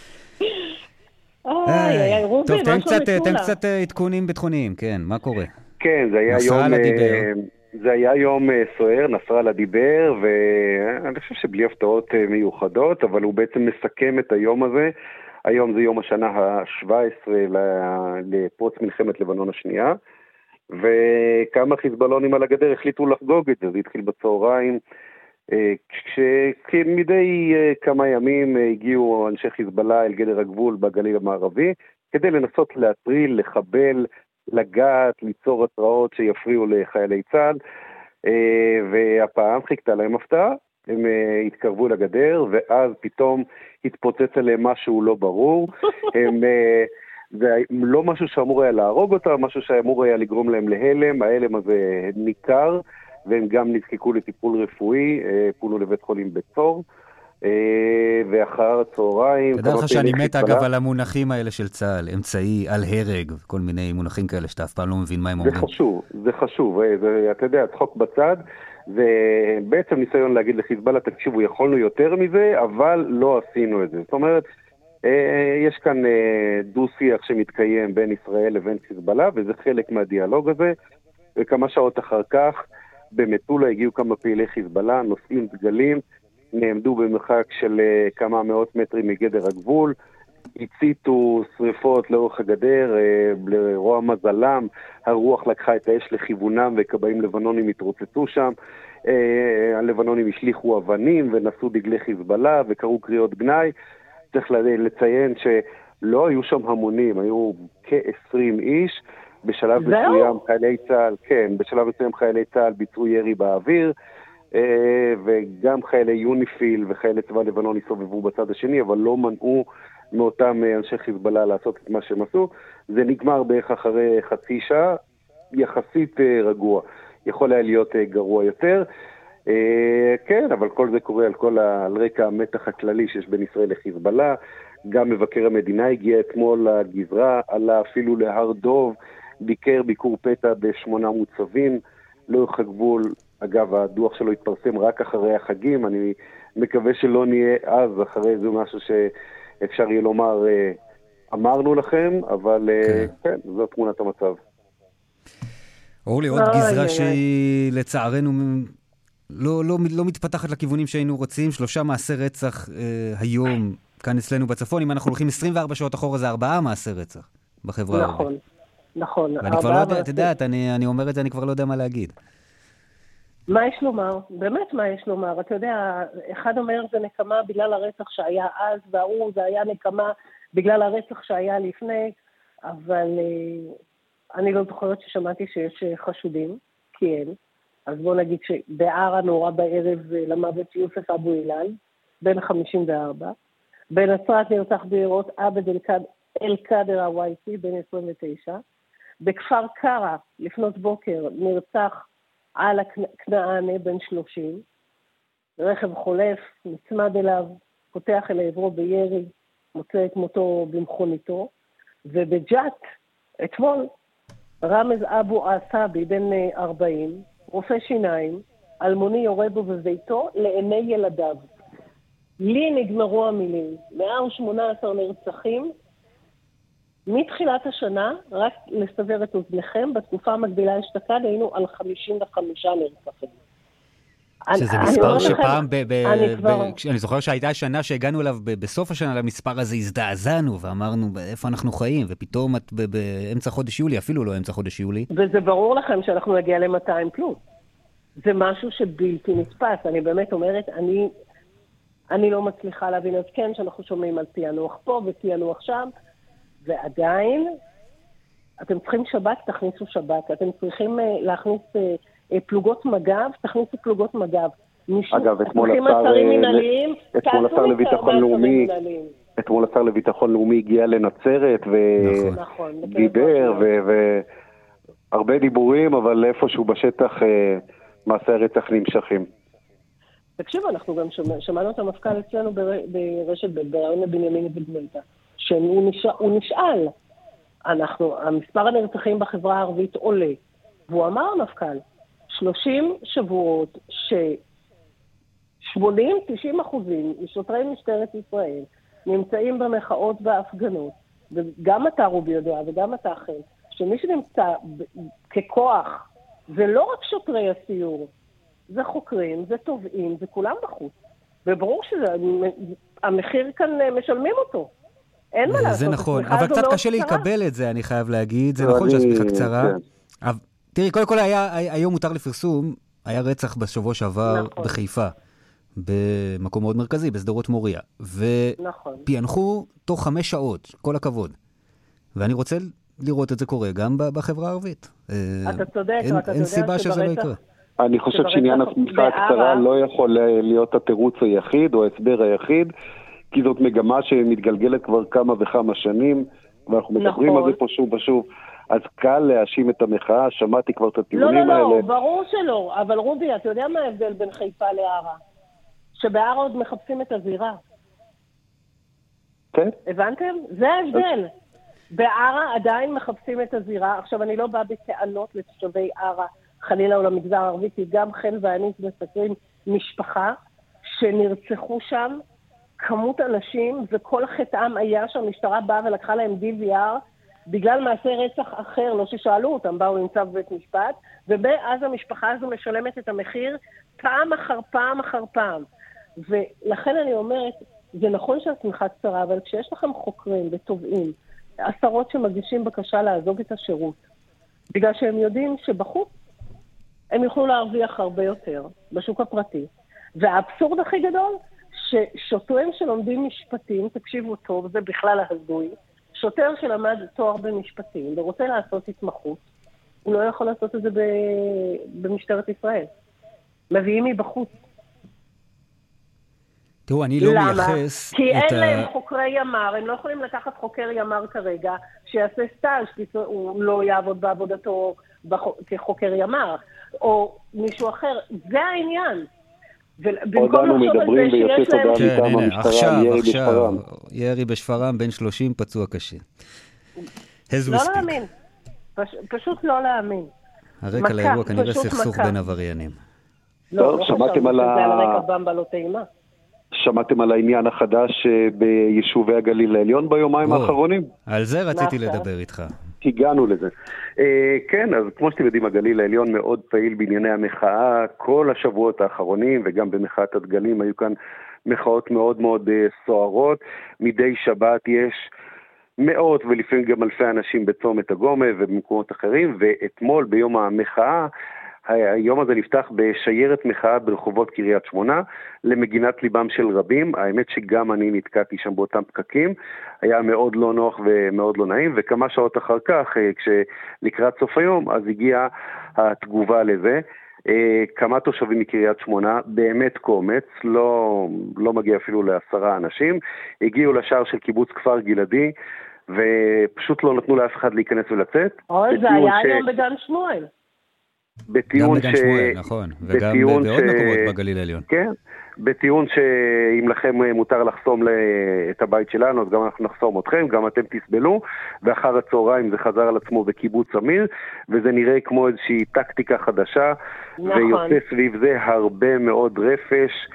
רובי, טוב, תן קצת עדכונים ביטחוניים, כן, מה קורה? כן, זה היה יום סוער, נסראללה דיבר, ואני חושב שבלי הפתעות מיוחדות, אבל הוא בעצם מסכם את היום הזה. היום זה יום השנה ה-17 לפרוץ מלחמת לבנון השנייה, וכמה חיזבאללונים על הגדר החליטו לחגוג את זה. זה התחיל בצהריים, כשמדי כמה ימים הגיעו אנשי חיזבאללה אל גדר הגבול בגליל המערבי, כדי לנסות להטריל, לחבל, לגעת, ליצור התראות שיפריעו לחיילי צה"ל, והפעם חיכתה להם הפתעה. הם התקרבו לגדר, ואז פתאום התפוצץ עליהם משהו לא ברור. זה לא משהו שאמור היה להרוג אותם, משהו שאמור היה לגרום להם להלם. ההלם הזה ניכר, והם גם נזקקו לטיפול רפואי, פונו לבית חולים בצור, ואחר הצהריים... תדע לך שאני מת אגב על המונחים האלה של צה"ל, אמצעי, על הרג, כל מיני מונחים כאלה שאתה אף פעם לא מבין מה הם אומרים. זה חשוב, אתה יודע, צחוק בצד, זה בעצם ניסיון להגיד לחיזבאללה, תקשיבו, יכולנו יותר מזה, אבל לא עשינו את זה. זאת אומרת, יש כאן דו-שיח שמתקיים בין ישראל לבין חיזבאללה, וזה חלק מהדיאלוג הזה, וכמה שעות אחר כך, במטולה הגיעו כמה פעילי חיזבאללה, נושאים דגלים, נעמדו במרחק של כמה מאות מטרים מגדר הגבול, הציתו שריפות לאורך הגדר, לרוע מזלם, הרוח לקחה את האש לכיוונם, וכבאים לבנונים התרוצצו שם, הלבנונים השליחו אבנים ונשאו דגלי חיזבאללה וקראו קריאות גנאי. צריך לציין שלא היו שם המונים, היו כ-20 איש, בשלב מסוים חיילי צה"ל, כן, בשלב מסוים חיילי צה"ל ביצעו ירי באוויר, וגם חיילי יוניפיל וחיילי צבא לבנון הסתובבו בצד השני, אבל לא מנעו מאותם אנשי חיזבאללה לעשות את מה שהם עשו. זה נגמר בערך אחרי חצי שעה, יחסית רגוע. יכול היה להיות גרוע יותר. כן, אבל כל זה קורה על רקע המתח הכללי שיש בין ישראל לחיזבאללה. גם מבקר המדינה הגיע אתמול לגזרה, עלה אפילו להר דוב, ביקר ביקור פתע ב8 מוצבים, לאורך הגבול. אגב, הדוח שלו התפרסם רק אחרי החגים, אני מקווה שלא נהיה אז אחרי זה משהו שאפשר יהיה לומר, אמרנו לכם, אבל כן, זו תמונת המצב. אורלי, עוד גזרה שהיא לצערנו לא מתפתחת לכיוונים שהיינו רוצים, 3 מעשי רצח היום כאן אצלנו בצפון, אם אנחנו הולכים 24 שעות אחורה זה 4 מעשי רצח בחברה הערבית. נכון. ואני כבר לא יודע, את יודעת, אני אומר את זה, אני כבר לא יודע מה להגיד. מה יש לומר? באמת מה יש לומר? אתה יודע, אחד אומר זה נקמה בגלל הרצח שהיה אז, והוא זה היה נקמה בגלל הרצח שהיה לפני, אבל אני לא זוכרת ששמעתי שיש חשודים, כי אין. אז בוא נגיד שבערה נורא בערב למוות יוסף אבו אילן, בן 54. בנצרת נרצח בירות עבד אל-קאדר הווייסי, בן 29. בכפר קרא, לפנות בוקר, נרצח על הכנעני, בן 30. רכב חולף, נצמד אליו, פותח אל עברו בירי, מוצא את מותו במכוניתו. ובג'ת, אתמול, רמז אבו עסאבי, בן 40, רופא שיניים, אלמוני יורה בו בביתו לעיני ילדיו. לי נגמרו המילים, 118 נרצחים, מתחילת השנה, רק לסבר את אוזניכם, בתקופה המקבילה אשתקד היינו על 55 נרצחים. שזה מספר שפעם, אני זוכר שהייתה שנה שהגענו אליו בסוף השנה למספר הזה, הזדעזענו ואמרנו איפה אנחנו חיים, ופתאום באמצע חודש יולי, אפילו לא אמצע חודש יולי. וזה ברור לכם שאנחנו נגיע ל-200 פלוס. זה משהו שבלתי נתפס. אני באמת אומרת, אני לא מצליחה להבין. אז כן, שאנחנו שומעים על פענוח פה ופענוח שם, ועדיין, אתם צריכים שב"כ, תכניסו שב"כ. אתם צריכים להכניס פלוגות מג"ב, תכניסו פלוגות מג"ב. אגב, אתמול השר לביטחון לאומי הגיע לנצרת ודיבר, והרבה דיבורים, אבל איפשהו בשטח מעשי הרצח נמשכים. תקשיבו, אנחנו גם שמענו את המפכ"ל אצלנו ברשת בראיון לבנימין וגואטה, שהוא נשאל, המספר הנרצחים בחברה הערבית עולה, והוא אמר המפכ"ל, 30 שבועות ש80-90% משוטרי משטרת ישראל נמצאים במחאות וההפגנות, וגם אתה רובי יודע וגם אתה אחר, שמי שנמצא ככוח זה לא רק שוטרי הסיור, זה חוקרים, זה תובעים, זה כולם בחוץ. וברור שהמחיר כאן משלמים אותו. אין מה לעשות. זה נכון, אבל קצת קשה להיקבל את זה, אני חייב להגיד. זה נכון שהספיחה קצרה. תראי, קודם כל היום מותר לפרסום, היה רצח בשבוע שעבר בחיפה, במקום מאוד מרכזי, בסדרות מוריה. ופענחו תוך 5 שעות, כל הכבוד. ואני רוצה לראות את זה קורה גם בחברה הערבית. אתה צודק, אין סיבה שזה לא יקרה. אני חושב שעניין הספיחה הקצרה לא יכול להיות התירוץ היחיד או ההסבר היחיד, כי זאת מגמה שמתגלגלת כבר כמה וכמה שנים, ואנחנו מדברים על זה פה שוב ושוב. אז קל להאשים את המחאה, שמעתי כבר את הטיעונים האלה. לא, ברור שלא, אבל רובי, אתה יודע מה ההבדל בין חיפה לערה? שבערה עוד מחפשים את הזירה. כן. הבנתם? זה ההבדל. בערה עדיין מחפשים את הזירה. עכשיו, אני לא באה בטענות לתושבי ערה, חלילה או למגזר הערבי, כי גם חן ואני מסתכלים משפחה שנרצחו שם, כמות אנשים, וכל חטאם היה שהמשטרה באה ולקחה להם DVR, בגלל מעשה רצח אחר, לא ששאלו אותם, באו למצב בבית משפט, ואז המשפחה הזו משלמת את המחיר פעם אחר פעם אחר פעם. ולכן אני אומרת, זה נכון שהשמיכה קצרה, אבל כשיש לכם חוקרים ותובעים, עשרות שמגישים בקשה לעזוב את השירות, בגלל שהם יודעים שבחוץ הם יוכלו להרוויח הרבה יותר בשוק הפרטי. והאבסורד הכי גדול, ששוטרים שלומדים משפטים, תקשיבו טוב, זה בכלל ההזוי, שוטר שלמד תואר במשפטים ורוצה לעשות התמחות, הוא לא יכול לעשות את זה במשטרת ישראל. מביאים מבחוץ. תראו, אני לא מייחס... כי אין להם חוקרי ימ"ר, הם לא יכולים לקחת חוקר ימ"ר כרגע, שיעשה סטאז', הוא לא יעבוד בעבודתו כחוקר ימ"ר, או מישהו אחר. זה העניין. עודנו מדברים ויוצאת הודעה מטעם המשטרה על ירי בשפרעם. ירי בשפרעם, בין 30 פצוע קשה. לא להאמין. פשוט לא להאמין. הרקע לאירוע כנראה סכסוך בין עבריינים. לא שמעתם על הרקע במבה לא טעימה. שמעתם על העניין החדש ביישובי הגליל העליון ביומיים האחרונים? על זה רציתי לדבר איתך. הגענו לזה. כן, אז כמו שאתם יודעים, הגליל העליון מאוד פעיל בענייני המחאה. כל השבועות האחרונים, וגם במחאת הדגלים, היו כאן מחאות מאוד מאוד סוערות. מדי שבת יש מאות ולפעמים גם אלפי אנשים בצומת הגומה ובמקומות אחרים, ואתמול ביום המחאה, היום הזה נפתח בשיירת מחאה ברחובות קריית שמונה, למגינת ליבם של רבים. האמת שגם אני נתקעתי שם באותם פקקים, היה מאוד לא נוח ומאוד לא נעים, וכמה שעות אחר כך, כשלקראת סוף היום, אז הגיעה התגובה לזה. כמה תושבים מקריית שמונה, באמת קומץ, לא מגיע אפילו ל10 אנשים, הגיעו לשער של קיבוץ כפר גלעדי, ופשוט לא נתנו לאף אחד להיכנס ולצאת. זה היה היום בגן שמואל. גם בגן שמואל, נכון, וגם בעוד מקומות בגליל העליון. כן, בטיעון שאם לכם מותר לחסום את הבית שלנו, אז גם אנחנו נחסום אתכם, גם אתם תסבלו, ואחר הצהריים זה חזר על עצמו בקיבוץ אמיר, וזה נראה כמו איזושהי טקטיקה חדשה, ויוצא סביב זה הרבה מאוד רפש,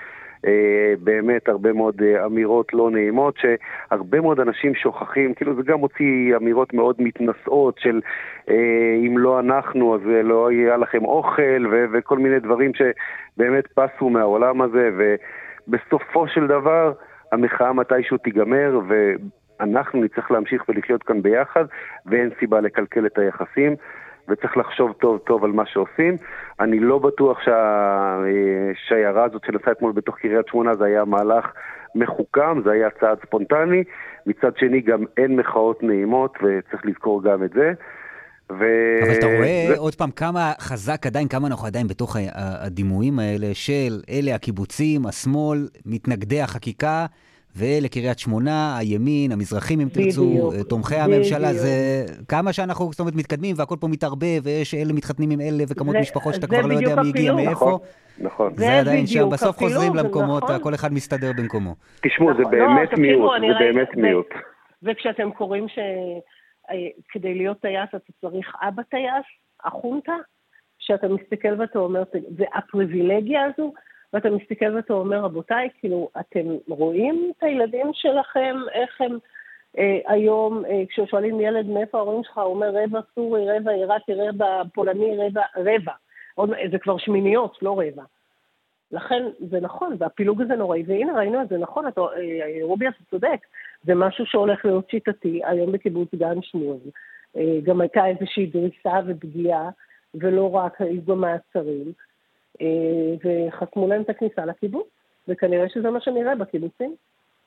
באמת הרבה מאוד אמירות לא נעימות, שהרבה מאוד אנשים שוכחים, כאילו זה גם מוציא אמירות מאוד מתנשאות של אם לא אנחנו אז לא יהיה לכם אוכל, וכל מיני דברים שבאמת פסו מהעולם הזה, ובסופו של דבר המחאה מתישהו תיגמר, ואנחנו נצטרך להמשיך ולחיות כאן ביחד, ואין סיבה לקלקל את היחסים, וצריך לחשוב טוב טוב על מה שעושים. אני לא בטוח שהשיירה הזאת שנסעה אתמול בתוך קריית שמונה זה היה מהלך מחוכם, זה היה צעד ספונטני, מצד שני גם אין מחאות נעימות, וצריך לזכור גם את זה. אבל אתה רואה עוד פעם כמה חזק עדיין, כמה אנחנו עדיין בתוך הדימויים האלה של אלה הקיבוצים, השמאל, מתנגדי החקיקה, ואלה קריית שמונה, הימין, המזרחים אם תרצו, תומכי הממשלה, זה כמה שאנחנו זאת אומרת מתקדמים והכל פה מתערבב, ויש אלה מתחתנים עם אלה וכמות משפחות שאתה כבר לא יודע מי הגיע מאיפה. נכון. זה עדיין שם, בסוף חוזרים למקומות, כל אחד מסתדר במקומו. תשמעו, זה באמת מיעוט, זה באמת מיעוט. וכשאתם קוראים שכדי להיות טייס אתה צריך אבא טייס, החונטה, שאתה מסתכל ואתה אומר, והפריבילגיה הזו, ואתה מסתכל ואתה אומר, רבותיי, כאילו, אתם רואים את הילדים שלכם, איך הם היום, כששואלים ילד מאיפה ההורים שלך, הוא אומר רבע סורי, רבע עיראקי, רבע פולני, רבע. זה כבר שמיניות, לא רבע. לכן זה נכון, והפילוג הזה נוראי, והנה ראינו את זה נכון, רובי אתה צודק, זה משהו שהולך להיות שיטתי, היום בקיבוץ גן שמואל. גם הייתה איזושהי דריסה ופגיעה, ולא רק היו גם מעצרים. וחסמו להם את הכניסה לקיבוץ, וכנראה שזה מה שנראה בקיבוצים.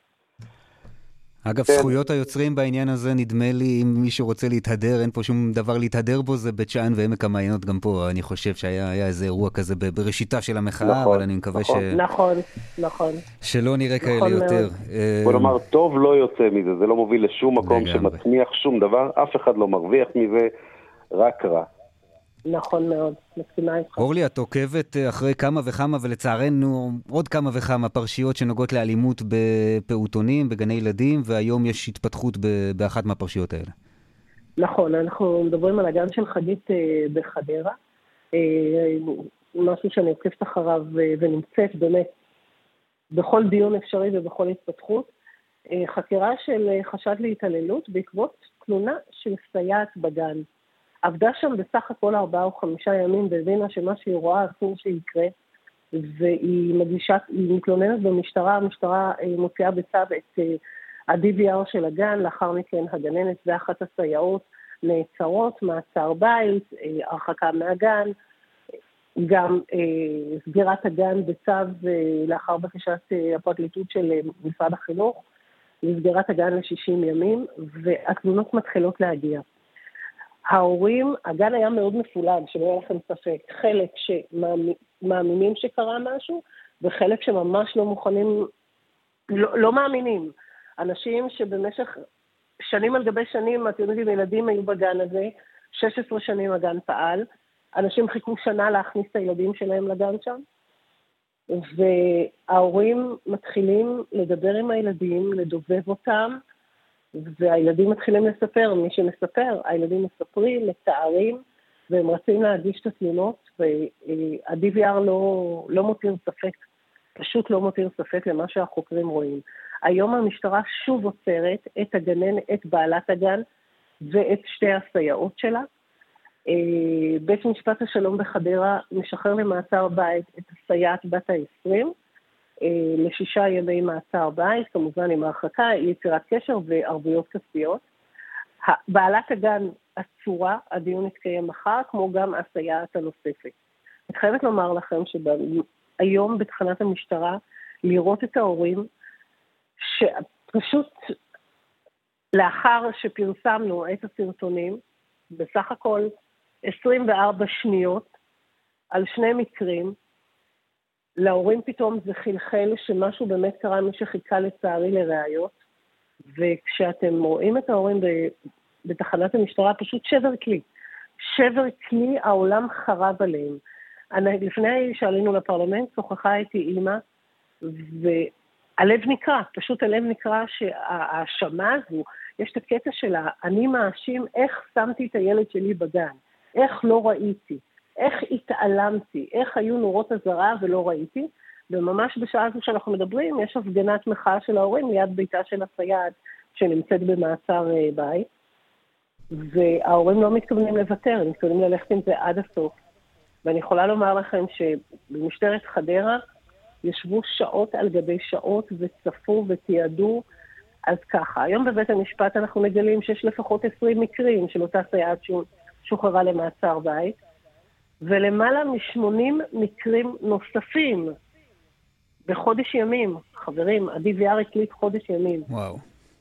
אגב, זכויות היוצרים בעניין הזה, נדמה לי, אם מישהו רוצה להתהדר, אין פה שום דבר להתהדר בו, זה בית שאן ועמק המעיינות גם פה, אני חושב שהיה איזה אירוע כזה בראשיתה של המחאה, אבל אני מקווה נכון. שלא נראה כאלה יותר. בוא נאמר, טוב לא יוצא מזה, זה לא מוביל לשום מקום שמצמיח שום דבר, אף אחד לא מרוויח מזה, רק רע. נכון מאוד, מסכימה איתך. אורלי, את עוקבת אחרי כמה וכמה, ולצערנו עוד כמה וכמה פרשיות שנוגעות לאלימות בפעוטונים, בגני ילדים, והיום יש התפתחות באחת מהפרשיות האלה. נכון, אנחנו מדברים על הגן של חגית בחדרה, משהו שאני עוקבת אחריו ונמצאת באמת בכל דיון אפשרי ובכל התפתחות, חקירה של חשד להתעללות בעקבות תלונה של סייעת בגן. עבדה שם בסך הכל 4 או 5 ימים, והבינה שמה שהיא רואה אסור שיקרה, והיא מתלוננת במשטרה, המשטרה מוציאה בצו את ה-DVR של הגן, לאחר מכן הגננת ואחת הסייעות נעצרות, מעצר בית, הרחקה מהגן, גם סגירת הגן בצו לאחר בקשת הפרקליטות של משרד החינוך, סגירת הגן ל-60 ימים, והתלונות מתחילות להגיע. ההורים, הגן היה מאוד מפולג, שלא היה לכם ספק, חלק שמאמינים שקרה משהו, וחלק שממש לא מוכנים, לא מאמינים. אנשים שבמשך שנים על גבי שנים, אתם יודעים, ילדים היו בגן הזה, 16 שנים הגן פעל, אנשים חיכו שנה להכניס את הילדים שלהם לגן שם, וההורים מתחילים לדבר עם הילדים, לדובב אותם, והילדים מתחילים לספר, מי שמספר, הילדים מספרים, מתארים, והם רצים להגיש את התלונות, וה-DVR לא מותיר ספק, פשוט לא מותיר ספק למה שהחוקרים רואים. היום המשטרה שוב עוצרת את הגנן, את בעלת הגן, ואת שתי הסייעות שלה. בית משפט השלום בחדרה משחרר למעצר בית את הסייעת בת ה-20, ל6 ימי מעצר בית, כמובן עם הרחקה, יצירת קשר וערבויות כספיות. בעלת הגן עצורה, הדיון יתקיים מחר, כמו גם הסייעת הנוספת. אני חייבת לומר לכם שהיום בתחנת המשטרה, לראות את ההורים, שפשוט לאחר שפרסמנו את הסרטונים, בסך הכל 24 שניות, על 2 מקרים, להורים פתאום זה חלחל שמשהו באמת קרה, מי שחיכה לצערי לראיות, וכשאתם רואים את ההורים בתחנת המשטרה, פשוט שבר כלי, העולם חרב עליהם. לפני שעלינו לפרלמנט, שוחחה איתי אימא, והלב נקרא, פשוט הלב נקרא שההאשמה הזו, יש את הקטע שלה, אני מאשים איך שמתי את הילד שלי בגן, איך לא ראיתי, איך התעלמתי, איך היו נורות הזרה ולא ראיתי, וממש בשעה הזו שאנחנו מדברים, יש הפגנת מחאה של ההורים ליד ביתה של הסייעת שנמצאת במעצר בית, וההורים לא מתכוונים לוותר, הם מתכוונים ללכת עם זה עד הסוף. ואני יכולה לומר לכם שבמשטרת חדרה ישבו שעות על גבי שעות וצפו ותיעדו. אז ככה, היום בבית המשפט אנחנו מגלים שיש לפחות 20 מקרים של אותה סייעת שוחררה למעצר בית, ולמעלה מ-80 מקרים נוספים בחודש ימים. חברים, עדי ויאר הקליט חודש ימים. וואו.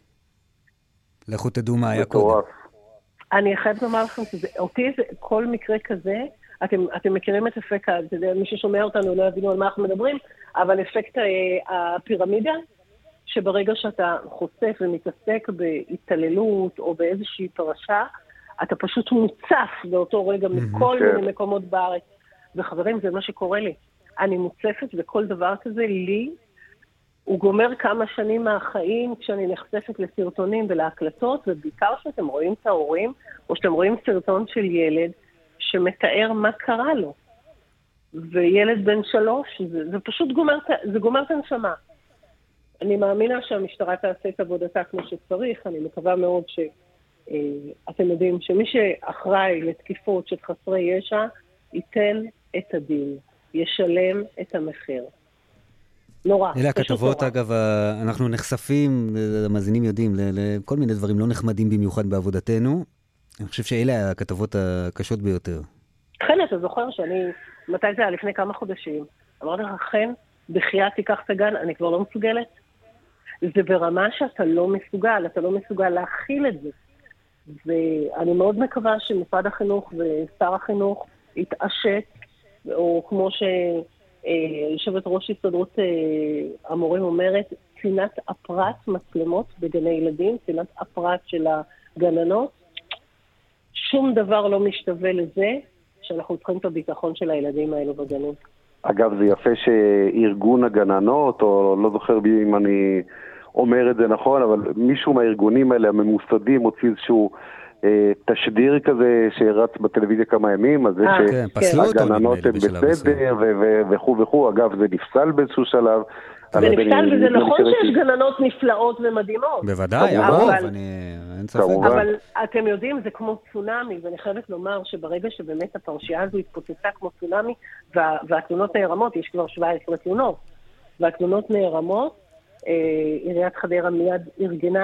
לכו תדעו מה היה קודם. אני חייבת לומר לכם שאותי כל מקרה כזה, אתם מכירים את אפקט, מי ששומע אותנו לא יבינו על מה אנחנו מדברים, אבל אפקט הפירמידה, שברגע שאתה חושף ומתעסק בהתעללות או באיזושהי פרשה, אתה פשוט מוצף באותו רגע מכל מיני מקומות בארץ. וחברים, זה מה שקורה לי. אני מוצפת וכל דבר כזה לי, הוא גומר כמה שנים מהחיים כשאני נחשפת לסרטונים ולהקלטות, ובעיקר שאתם רואים את ההורים, או שאתם רואים סרטון של ילד שמתאר מה קרה לו. וילד בן 3, זה פשוט גומר את הנשמה. אני מאמינה שהמשטרה תעשה את עבודתה כמו שצריך, אני מקווה מאוד שאתם יודעים שמי שאחראי לתקיפות של חסרי ישע, ייתן את הדין, ישלם את המחיר. נורא. אלה הכתבות, אגב, אנחנו נחשפים, המאזינים יודעים, לכל מיני דברים לא נחמדים במיוחד בעבודתנו. אני חושב שאלה הכתבות הקשות ביותר. חן, אתה זוכר שאני, מתי זה היה? לפני כמה חודשים. אמרתי לך, חן, בחייה תיקח את הגן, אני כבר לא מסוגלת. זה ברמה שאתה לא מסוגל, אתה לא מסוגל להכיל את זה. ואני מאוד מקווה שמשרד החינוך ושר החינוך יתעשת, או כמו שיושבת ראש הסתדרות המורים אומרת, צנעת הפרט מצלמות בגני ילדים, צנעת הפרט של הגננות, שום דבר לא משתווה לזה שאנחנו צריכים את הביטחון של הילדים האלו בגנים. אגב, זה יפה שארגון הגננות, או לא זוכר בי אם אני אומר את זה נכון, אבל מישהו מהארגונים האלה הממוסדים הוציא איזשהו תשדיר כזה שרץ בטלוויזיה כמה ימים, אז זה שהגננות הן בסדר וכו' וכו'. אגב, זה נפסל באיזשהו שלב. זה נפסל, וזה נכון שיש גננות נפלאות ומדהימות. בוודאי, הרוב, אין ספק. אבל אתם יודעים, זה כמו צונאמי, ואני חייבת לומר שברגע שבאמת הפרשייה הזו התפוצצה כמו צונאמי, והתלונות נערמות, יש כבר 17 תלונות, והתלונות נערמות, עיריית חדרה מיד ארגנה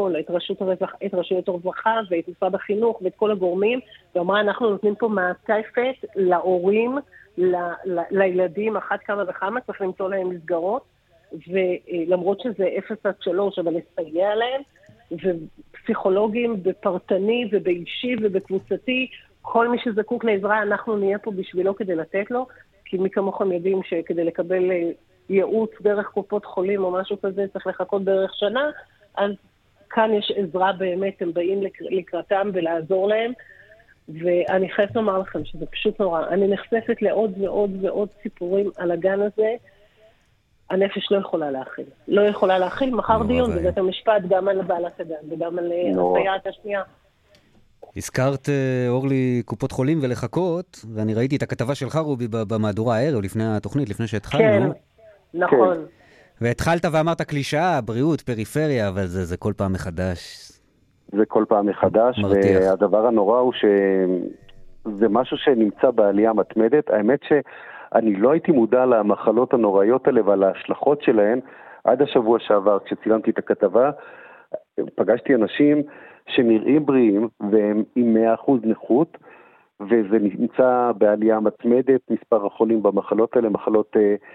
את רשויות הרווחה ואת משרד החינוך ואת כל הגורמים, ואמרה, אנחנו נותנים פה מעטפת להורים, לילדים, אחת כמה וכמה, צריך למצוא להם מסגרות, ולמרות שזה 0-3, אבל לסייע להם, ופסיכולוגים בפרטני ובאישי ובקבוצתי, כל מי שזקוק לעזרה, אנחנו נהיה פה בשבילו כדי לתת לו, כי מי כמוכם יודעים שכדי לקבל ייעוץ דרך קופות חולים או משהו כזה, צריך לחכות בערך שנה, אז כאן יש עזרה באמת, הם באים לקראתם ולעזור להם, ואני חייבת לומר לכם שזה פשוט נורא. אני נחשפת לעוד ועוד ועוד סיפורים על הגן הזה, הנפש לא יכולה להכיל. לא יכולה להכיל, מחר דיון בבית המשפט גם על בעלת הגן וגם על הסייעת השנייה. הזכרת, אורלי, קופות חולים ולחכות, ואני ראיתי את הכתבה שלך, רובי, במהדורה הערב, לפני התוכנית, לפני שהתחלנו. כן, נכון. והתחלת ואמרת קלישאה, בריאות, פריפריה, אבל זה כל פעם מחדש. זה כל פעם מחדש, והדבר הנורא הוא שזה משהו שנמצא בעלייה מתמדת. האמת שאני לא הייתי מודע למחלות הנוראיות האלה ועל ההשלכות שלהן עד השבוע שעבר, כשצילמתי את הכתבה, פגשתי אנשים שנראים בריאים והם עם 100% נכות, וזה נמצא בעלייה מתמדת, מספר החולים במחלות האלה, מחלות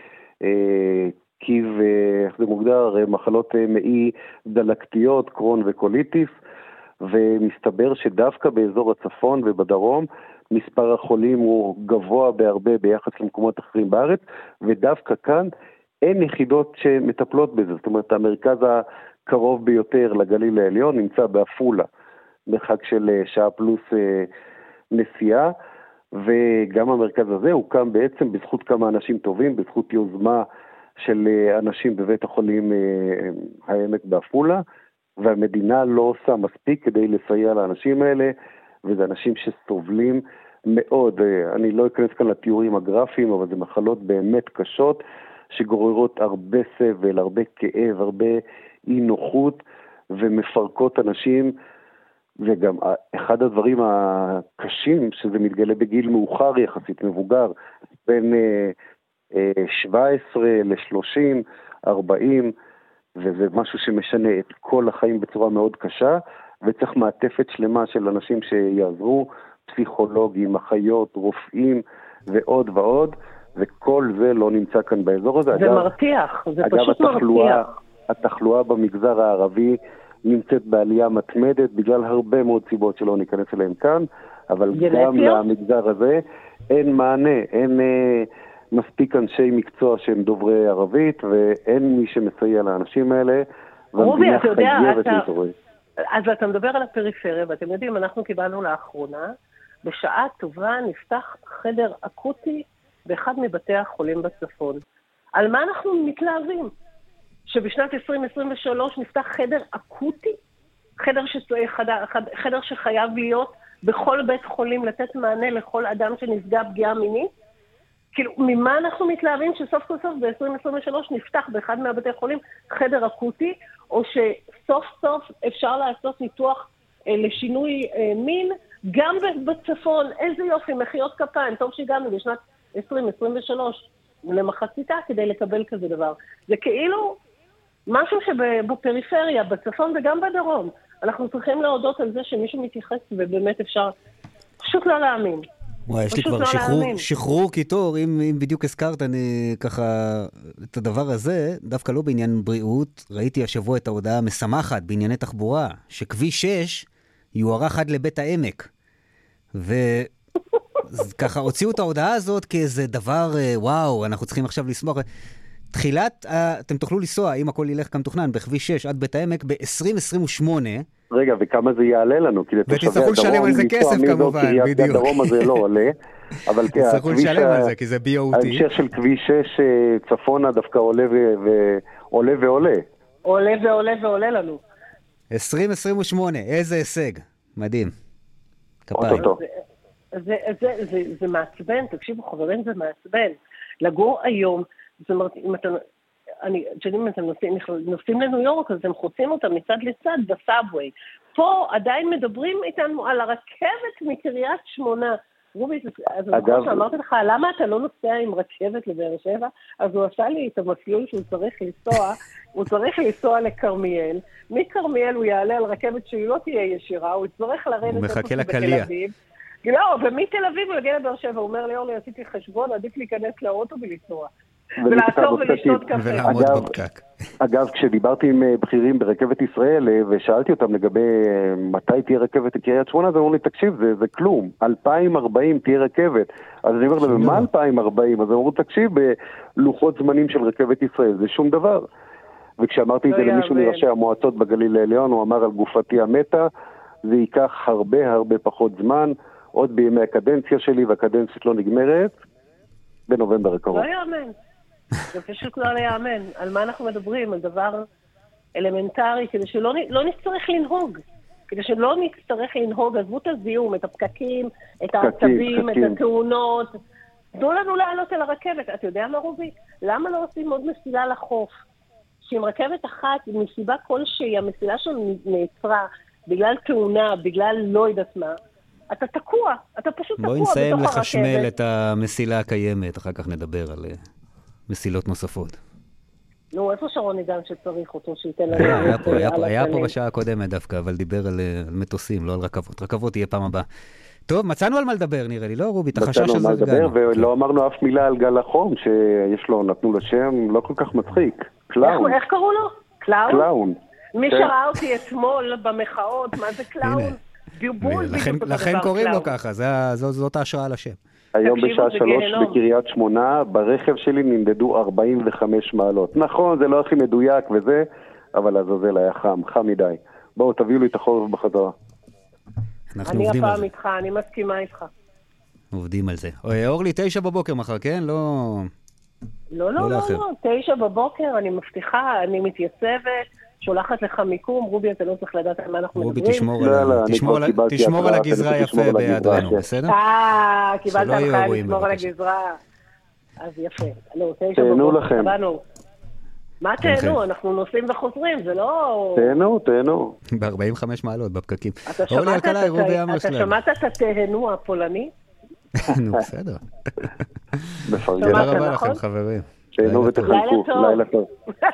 קיב, איך זה מוגדר, מחלות מעי דלקתיות, קרון וקוליטיס, ומסתבר שדווקא באזור הצפון ובדרום, מספר החולים הוא גבוה בהרבה ביחס למקומות אחרים בארץ, ודווקא כאן אין יחידות שמטפלות בזה. זאת אומרת, המרכז הקרוב ביותר לגליל העליון נמצא באפולה, בחג של שעה פלוס נסיעה, וגם המרכז הזה הוקם בעצם בזכות כמה אנשים טובים, בזכות יוזמה של אנשים בבית החולים העמק באפולה, והמדינה לא עושה מספיק כדי לסייע לאנשים האלה, וזה אנשים שסובלים מאוד. אני לא אכנס כאן לתיאורים הגרפיים, אבל זה מחלות באמת קשות, שגוררות הרבה סבל, הרבה כאב, הרבה אי נוחות, ומפרקות אנשים, וגם אחד הדברים הקשים, שזה מתגלה בגיל מאוחר יחסית, מבוגר, בין 17 ל-30, 40, וזה משהו שמשנה את כל החיים בצורה מאוד קשה, וצריך מעטפת שלמה של אנשים שיעזרו, פסיכולוגים, אחיות, רופאים ועוד ועוד, וכל זה לא נמצא כאן באזור הזה. זה מרתיח, זה פשוט מרתיח. התחלואה במגזר הערבי נמצאת בעלייה מתמדת, בגלל הרבה מאוד סיבות שלא ניכנס אליהם כאן, אבל גם למגזר הזה אין מענה, אין מספיק אנשי מקצוע שהם דוברי ערבית, ואין מי שמסייע לאנשים האלה, רובי, אתה יודע, אז אתה מדבר על הפריפריה, ואתם יודעים, אנחנו קיבלנו לאחרונה, בשעה טובה נפתח חדר אקוטי באחד מבתי החולים בצפון. על מה אנחנו מתלהבים? שבשנת 2023 נפתח חדר אקוטי? חדר שחייב להיות בכל בית חולים, לתת מענה לכל אדם שנפגע פגיעה מינית? כאילו, ממה אנחנו מתלהבים שסוף כל סוף ב-2023 נפתח באחד מהבתי חולים חדר אקוטי, או שסוף סוף אפשר לעשות ניתוח לשינוי מין, גם בצפון? איזה יופי, מחיאות כפיים, טוב שהגענו בשנת 2023 למחציתה כדי לקבל כזה דבר. זה כאילו משהו שבפריפריה, בצפון וגם בדרום, אנחנו צריכים להודות על זה שמישהו מתייחס, ובאמת אפשר פשוט לא להאמין. וואי, יש לי כבר שחרור קיטור, אם בדיוק הזכרת אני ככה את הדבר הזה, דווקא לא בעניין בריאות, ראיתי השבוע את ההודעה המשמחת בענייני תחבורה, שכביש 6 יוארך עד לבית העמק, וככה הוציאו את ההודעה הזאת כאיזה דבר, וואו, אנחנו צריכים עכשיו לשמוח. תחילת, אתם תוכלו לנסוע, אם הכל ילך כמתוכנן, בכביש 6 עד בית העמק, ב-2028. רגע, וכמה זה יעלה לנו? ותצטרכו לשלם על זה כסף כמובן, בדיוק. הדרום הזה לא עולה, אבל תצטרכו לשלם על זה, כי זה BOT. ההמשך של כביש 6 צפונה דווקא עולה ועולה. עולה לנו. 2028, איזה הישג. מדהים. כפיים. זה מעצבן, תקשיבו חברים, זה מעצבן. לגור היום, זאת אומרת, אם אתם נוסעים לניו יורק, אז הם חוצים אותם מצד לצד בסאבווי. פה עדיין מדברים איתנו על הרכבת מקריית שמונה. רובי, אז נכון שאמרתי לך, למה אתה לא נוסע עם רכבת לבאר שבע? אז הוא עשה לי את המסלול שהוא צריך לנסוע, הוא צריך לנסוע לכרמיאל. מכרמיאל הוא יעלה על רכבת שהיא לא תהיה ישירה, הוא צריך לרדת... הוא מחכה לקליה. לא, ומתל אביב הוא יגיע לבאר שבע, הוא אומר לי, אורלי, עשיתי חשבון, עדיף להיכנס לאוטו ולנסוע. ולעצור ולשתות קפה. ולעמוד בפקק. אגב, כשדיברתי עם בכירים ברכבת ישראל, ושאלתי אותם לגבי מתי תהיה רכבת לקריית שמונה, אז אמרו לי, תקשיב, זה כלום. 2040 תהיה רכבת. אז אני אומר להם, מה 2040? אז אמרו, תקשיב, בלוחות זמנים של רכבת ישראל, זה שום דבר. וכשאמרתי את זה למישהו מראשי המועצות בגליל העליון, הוא אמר על גופתי המתה, זה ייקח הרבה פחות זמן, עוד בימי הקדנציה שלי, והקדנציה לא נגמרת, בנובמבר הקרוב. לא יאמן. זה פשוט לא יאמן. על מה אנחנו מדברים? על דבר אלמנטרי, כדי שלא נצטרך לנהוג. כדי שלא נצטרך לנהוג, עזבו את הזיהום, את הפקקים, את העצבים, את התאונות. תנו לנו לעלות על הרכבת. אתה יודע מה, רובי? למה לא עושים עוד מסילה לחוף? שעם רכבת אחת, מסיבה כלשהי, המסילה שלנו נעצרה, בגלל תאונה, בגלל לא יודעת מה, אתה תקוע, אתה פשוט תקוע בתוך הרכבת. בואי נסיים לחשמל את המסילה הקיימת, אחר כך נדבר על מסילות נוספות. נו, איפה שרון עידן שצריך אותו, שייתן לנו... היה פה בשעה הקודמת דווקא, אבל דיבר על מטוסים, לא על רכבות. רכבות תהיה פעם הבאה. טוב, מצאנו על מה לדבר, נראה לי, לא רובי? את החשש הזה הגענו. מצאנו מה לדבר, ולא אמרנו אף מילה על גל החום, שיש לו, נתנו לו שם, לא כל כך מצחיק. קלאון. איך קראו לו? קלאון? קלאון. מי שראה אותי אתמול במחאות, מה זה קלאון? לכן קוראים לו ככה, זאת ההשראה על השם. היום בשעה 3 בקריית שמונה, ברכב שלי נמדדו 45 מעלות. נכון, זה לא הכי מדויק וזה, אבל הזוזל היה חם מדי. בואו, תביאו לי את החורף בחזרה. אני הפעם איתך, אני מסכימה איתך. עובדים על זה. אורלי, 9 בבוקר מחר, כן? לא, 9 בבוקר, אני מבטיחה, אני מתייצבת, שולחת לך מיקום, רובי, אתה לא צריך לדעת על מה אנחנו מדברים. רובי, תשמור על הגזרה יפה בהיעדרנו, בסדר? קיבלת הנחיה לשמור על הגזרה. אז יפה. לא, תהנו לכם. מה תהנו? אנחנו נוסעים וחוזרים, זה לא... תהנו. ב-45 מעלות, בפקקים. אתה שמעת את התהנו הפולני? נו, בסדר. מפרגן. תודה רבה לכם, חברים. תהנו ותחלקו. לילה טוב.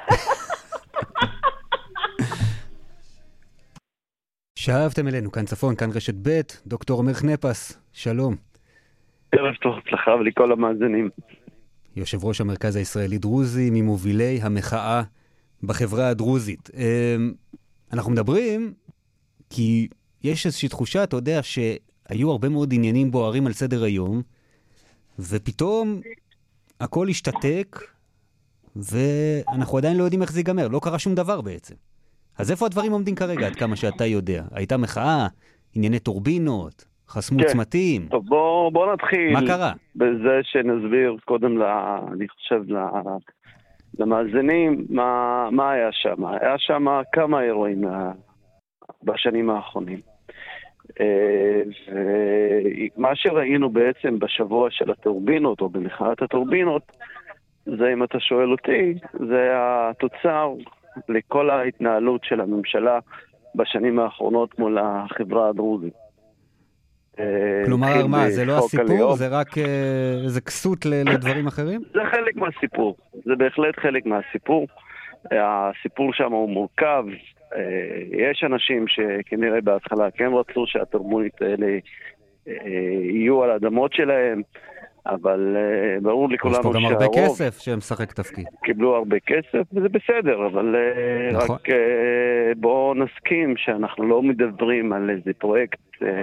שאהבתם אלינו, כאן צפון, כאן רשת ב', דוקטור עומר חנפס, שלום. ערב טוב, הצלחה ולכל המאזינים. יושב ראש המרכז הישראלי דרוזי, ממובילי המחאה בחברה הדרוזית. אנחנו מדברים כי יש איזושהי תחושה, אתה יודע, שהיו הרבה מאוד עניינים בוערים על סדר היום, ופתאום הכל השתתק, ואנחנו עדיין לא יודעים איך זה ייגמר, לא קרה שום דבר בעצם. אז איפה הדברים עומדים כרגע, עד כמה שאתה יודע? הייתה מחאה, ענייני טורבינות, חסמו צמתים. טוב, בוא נתחיל. מה קרה? בזה שנסביר קודם, אני חושב, למאזינים, מה היה שם. היה שם כמה אירועים בשנים האחרונים. ומה שראינו בעצם בשבוע של הטורבינות, או במחאת הטורבינות, זה, אם אתה שואל אותי, זה התוצר לכל ההתנהלות של הממשלה בשנים האחרונות מול החברה הדרוזית. כלומר, מה, זה לא הסיפור? זה רק איזה כסות לדברים אחרים? זה חלק מהסיפור. זה בהחלט חלק מהסיפור. הסיפור שם הוא מורכב. יש אנשים שכנראה בהתחלה כן רצו שהטורבונית האלה יהיו על האדמות שלהם, אבל ברור לכולנו שהרוב... יש פה גם הרבה כסף שמשחק תפקיד. קיבלו הרבה כסף, וזה בסדר, אבל נכון. רק בואו נסכים שאנחנו לא מדברים על איזה פרויקט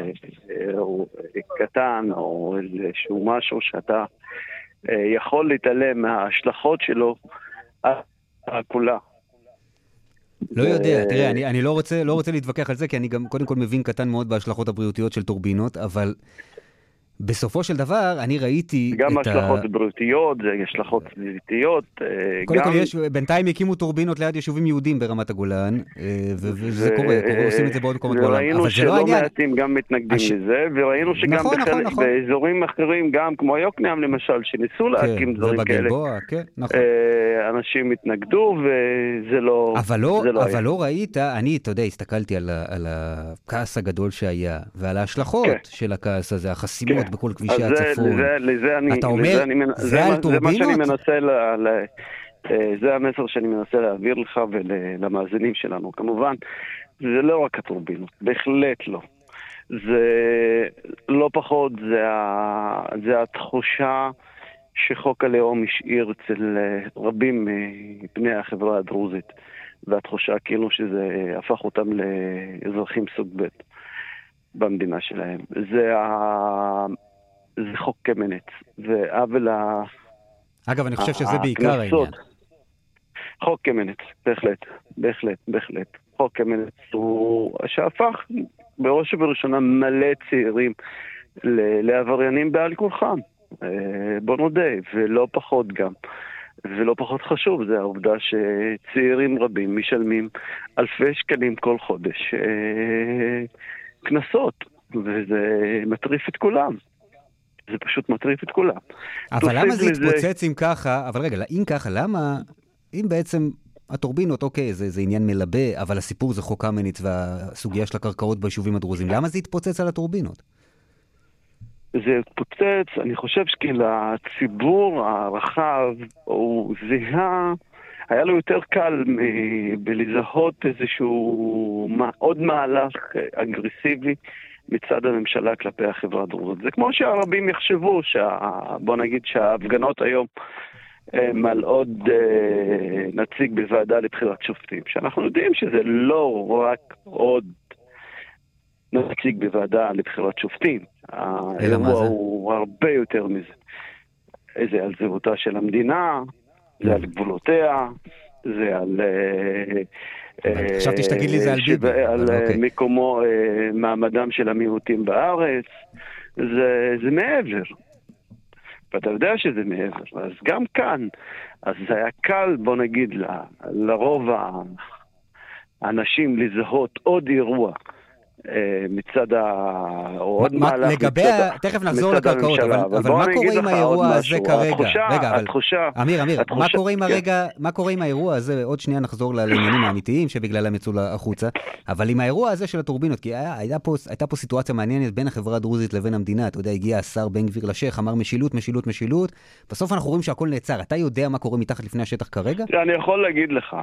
קטן, או איזשהו משהו שאתה יכול להתעלם מההשלכות שלו על כולה. לא יודע, תראה, אני לא רוצה להתווכח על זה, כי אני גם קודם כל מבין קטן מאוד בהשלכות הבריאותיות של טורבינות, אבל בסופו של דבר, אני ראיתי גם השלכות בריאותיות, זה השלכות סביבתיות. קודם כל, בינתיים הקימו טורבינות ליד יישובים יהודים ברמת הגולן, וזה קורה, עושים את זה בעוד מקומות בעולם. וראינו שלא מעטים גם מתנגדים לזה, וראינו שגם באזורים אחרים, גם כמו יוקנעם למשל, שניסו להקים דברים כאלה, אנשים התנגדו, וזה לא היה. אבל לא ראית, אני, אתה יודע, הסתכלתי על הכעס הגדול שהיה, ועל ההשלכות של הכעס הזה, החסימות בכל כבישי הצפון. אתה אומר, זה על טורבינות? זה המסר שאני מנסה להעביר לך ולמאזינים שלנו. כמובן, זה לא רק הטורבינות, בהחלט לא. זה לא פחות, זה התחושה שחוק הלאום השאיר אצל רבים מבני החברה הדרוזית, והתחושה כאילו שזה הפך אותם לאזרחים סוג ב' במדינה שלהם. זה חוק קמנץ, ועוול אגב, אני חושב שזה בעיקר העניין. חוק קמנץ, בהחלט. חוק קמנץ הוא שהפך בראש ובראשונה מלא צעירים לעבריינים בעל כורחם. בוא נודה, ולא פחות גם. ולא פחות חשוב, זה העובדה שצעירים רבים משלמים אלפי שקלים כל חודש כנסות, וזה מטריף את כולם. זה פשוט מטריף את כולם. אבל למה זה התפוצץ אם ככה? אבל רגע, אם ככה, למה, אם בעצם הטורבינות, אוקיי, זה עניין מלבה, אבל הסיפור זה חוק קמיניץ והסוגיה של הקרקעות ביישובים הדרוזים, למה זה התפוצץ על הטורבינות? זה התפוצץ, אני חושב שלציבור הרחב, הוא זיהה, היה לו יותר קל בלזהות איזשהו עוד מהלך אגרסיבי מצד הממשלה כלפי החברה הדרוזית. זה כמו שהרבים יחשבו, בוא נגיד שההפגנות היום על עוד נציג בוועדה לבחירת שופטים, שאנחנו יודעים שזה לא רק עוד נציג בוועדה לבחירת שופטים. האירוע הוא הרבה יותר מזה. זה על זהותה של המדינה, זה על גבולותיה, זה על... חשבתי שתגיד לי זה על ביבי. על מקומו, מעמדם של המיעוטים בארץ. זה מעבר. ואתה יודע שזה מעבר. אז גם כאן, אז זה היה קל, בוא נגיד, לרוב האנשים לזהות עוד אירוע מצד עוד מהלך לגבי, תכף נחזור לקרקעות, אבל מה קורה עם האירוע הזה כרגע? רגע, אבל אמיר, מה קורה עם האירוע הזה? עוד שנייה נחזור לעניינים האמיתיים שבגללם יצאו החוצה, אבל עם האירוע הזה של הטורבינות, כי הייתה פה סיטואציה מעניינת בין החברה הדרוזית לבין המדינה, אתה יודע, הגיע השר בן גביר לשייך, אמר משילות, משילות, משילות, בסוף אנחנו רואים שהכל נעצר. אתה יודע מה קורה מתחת לפני השטח כרגע? אני יכול להגיד לך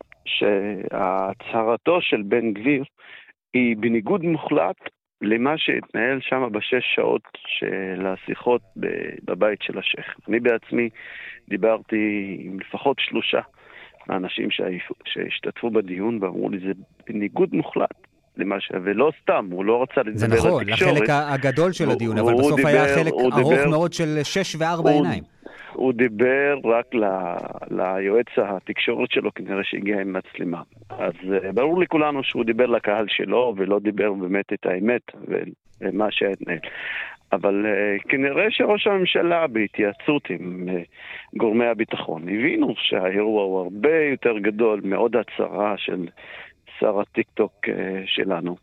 שהצהרתו של בן גביר היא בניגוד מוחלט למה שהתנהל שם בשש שעות של השיחות בבית של השייך. אני בעצמי דיברתי עם לפחות 3 האנשים שהשתתפו בדיון, ואמרו לי, זה בניגוד מוחלט למה ולא סתם, הוא לא רצה לדבר לתקשורת. זה נכון, לחלק הגדול של הדיון, אבל בסוף היה חלק ארוך מאוד של 6 ו4 עיניים. הוא דיבר רק ליועץ התקשורת שלו, כנראה שהגיע עם מצלמה. אז ברור לכולנו שהוא דיבר לקהל שלו, ולא דיבר באמת את האמת ומה שהתנהל. אבל כנראה שראש הממשלה בהתייעצות עם גורמי הביטחון הבינו שהאירוע הוא הרבה יותר גדול מאוד הצהרה של שר הטיקטוק שלנו.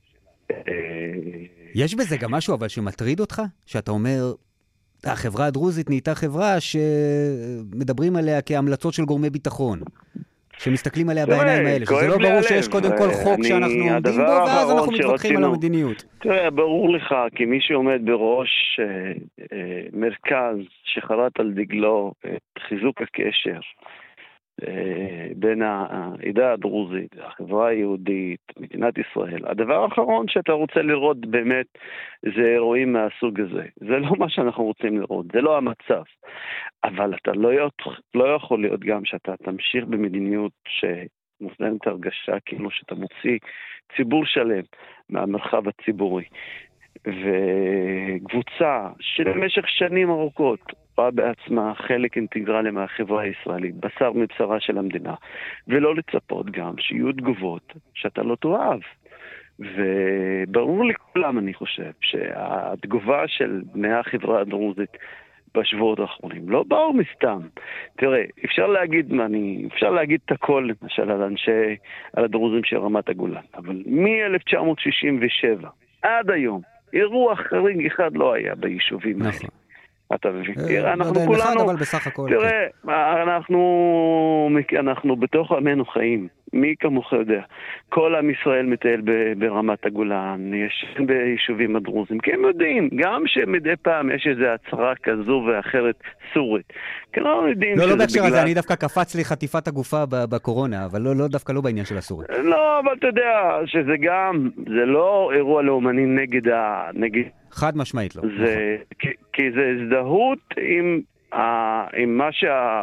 יש בזה גם משהו אבל שמטריד אותך? שאתה אומר, החברה הדרוזית נהייתה חברה שמדברים עליה כהמלצות של גורמי ביטחון, שמסתכלים עליה בעיניים האלה, שזה לא ברור שיש קודם כל חוק שאנחנו עומדים בו, ואז אנחנו מתווכחים על המדיניות. תראה, ברור לך, כי מי שעומד בראש מרכז שחרת על דגלו את חיזוק הקשר בין העדה הדרוזית, החברה היהודית, מדינת ישראל. הדבר האחרון שאתה רוצה לראות באמת זה אירועים מהסוג הזה. זה לא מה שאנחנו רוצים לראות, זה לא המצב. אבל אתה לא יכול להיות גם שאתה תמשיך במדיניות שמופנמת הרגשה כאילו שאתה מוציא ציבור שלם מהמרחב הציבורי. וקבוצה שבמשך שנים ארוכות רואה בעצמה חלק אינטגרלי מהחברה הישראלית, בשר מבשרה של המדינה, ולא לצפות גם שיהיו תגובות שאתה לא תאהב. וברור לכולם, אני חושב, שהתגובה של בני החברה הדרוזית בשבועות האחרונים לא באו מסתם. תראה, אפשר להגיד את הכל, למשל, על הדרוזים של רמת הגולן, אבל מ-1967 עד היום, אירוע חריג אחד לא היה ביישובים האלה. אתה מבין? אנחנו כולנו, תראה, אנחנו בתוך עמנו חיים, מי כמוך יודע, כל עם ישראל מטייל ברמת הגולן, יש ביישובים הדרוזים, כי הם יודעים, גם שמדי פעם יש איזו הצהרה כזו ואחרת סורית, כי לא יודעים לא בהקשר הזה, אני דווקא קפץ לי חטיפת הגופה בקורונה, אבל דווקא לא בעניין של הסורית. לא, אבל אתה יודע, שזה גם, זה לא אירוע לאומני נגד חד משמעית לא. כי זה הזדהות עם מה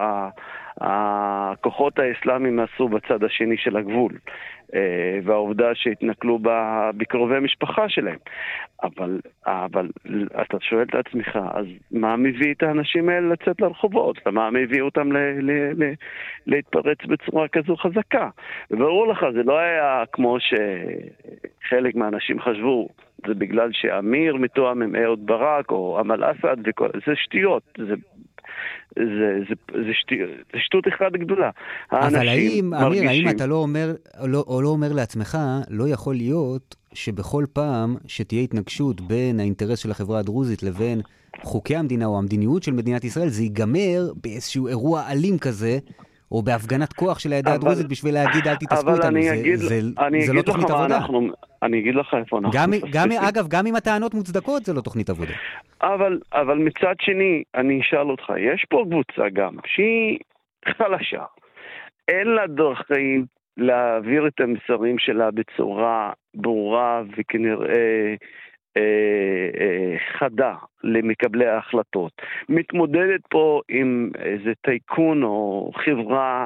שהכוחות האסלאמיים עשו בצד השני של הגבול, והעובדה שהתנכלו בקרובי משפחה שלהם. אבל אתה שואל את עצמך, אז מה מביא את האנשים האלה לצאת לרחובות? מה מביא אותם להתפרץ בצורה כזו חזקה? וברור לך, זה לא היה כמו שחלק מהאנשים חשבו, זה בגלל שאמיר מתואם עם אהוד ברק או אמל אסד, זה שטויות, זה שטות אחד גדולה. אבל האם אתה לא אומר לעצמך, לא יכול להיות שבכל פעם שתהיה התנגשות בין האינטרס של החברה הדרוזית לבין חוקי המדינה או המדיניות של מדינת ישראל, זה ייגמר באיזשהו אירוע אלים כזה, או בהפגנת כוח של העדה הדרוזית בשביל להגיד אל תתעסקו אותנו. זה לא תוכנית עבודה. אני אגיד לך איפה אנחנו אגב, גם אם הטענות מוצדקות זה לא תוכנית עבודה. אבל מצד שני, אני אשאל אותך, יש פה קבוצה גם שהיא חלשה. אין לה דרכים להעביר את המסרים שלה בצורה ברורה וכנראה חדה למקבלי ההחלטות. מתמודדת פה עם איזה טייקון או חברה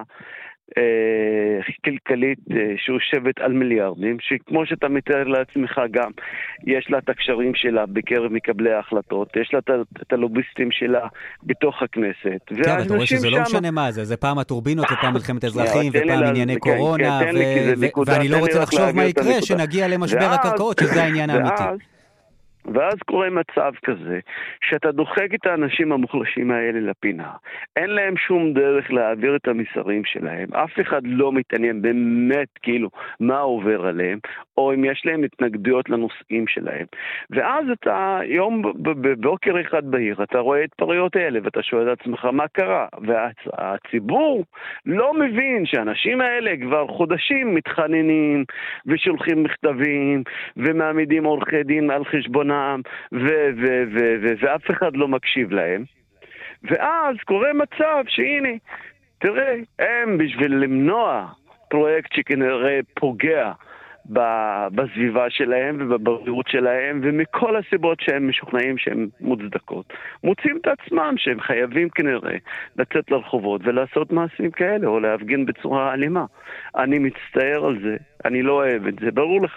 כלכלית שיושבת על מיליארדים, שכמו שאתה מתאר לעצמך גם, יש לה את הקשרים שלה בקרב מקבלי ההחלטות, יש לה את הלוביסטים שלה בתוך הכנסת. כן, אתה רואה שזה לא משנה מה זה, זה פעם הטורבינות ופעם מלחמת אזרחים ופעם ענייני קורונה, ואני לא רוצה לחשוב מה יקרה שנגיע למשבר הקרקעות, שזה העניין האמיתי. ואז קורה מצב כזה, שאתה דוחק את האנשים המוחלשים האלה לפינה. אין להם שום דרך להעביר את המסרים שלהם. אף אחד לא מתעניין באמת כאילו מה עובר עליהם, או אם יש להם התנגדויות לנושאים שלהם. ואז אתה יום בבוקר אחד בהיר, אתה רואה את פריות האלה, ואתה שואל את עצמך מה קרה. והציבור לא מבין שהאנשים האלה כבר חודשים מתחננים, ושולחים מכתבים, ומעמידים עורכי דין על חשבונם, ואף אחד לא מקשיב להם. ואז קורה מצב שהנה, תראה, הם בשביל למנוע פרויקט שכנראה פוגע בסביבה שלהם ובבריאות שלהם, ומכל הסיבות שהם משוכנעים שהם מוצדקות, מוצאים את עצמם שהם חייבים כנראה לצאת לרחובות ולעשות מעשים כאלה, או להפגין בצורה אלימה. אני מצטער על זה, אני לא אוהב את זה. ברור לך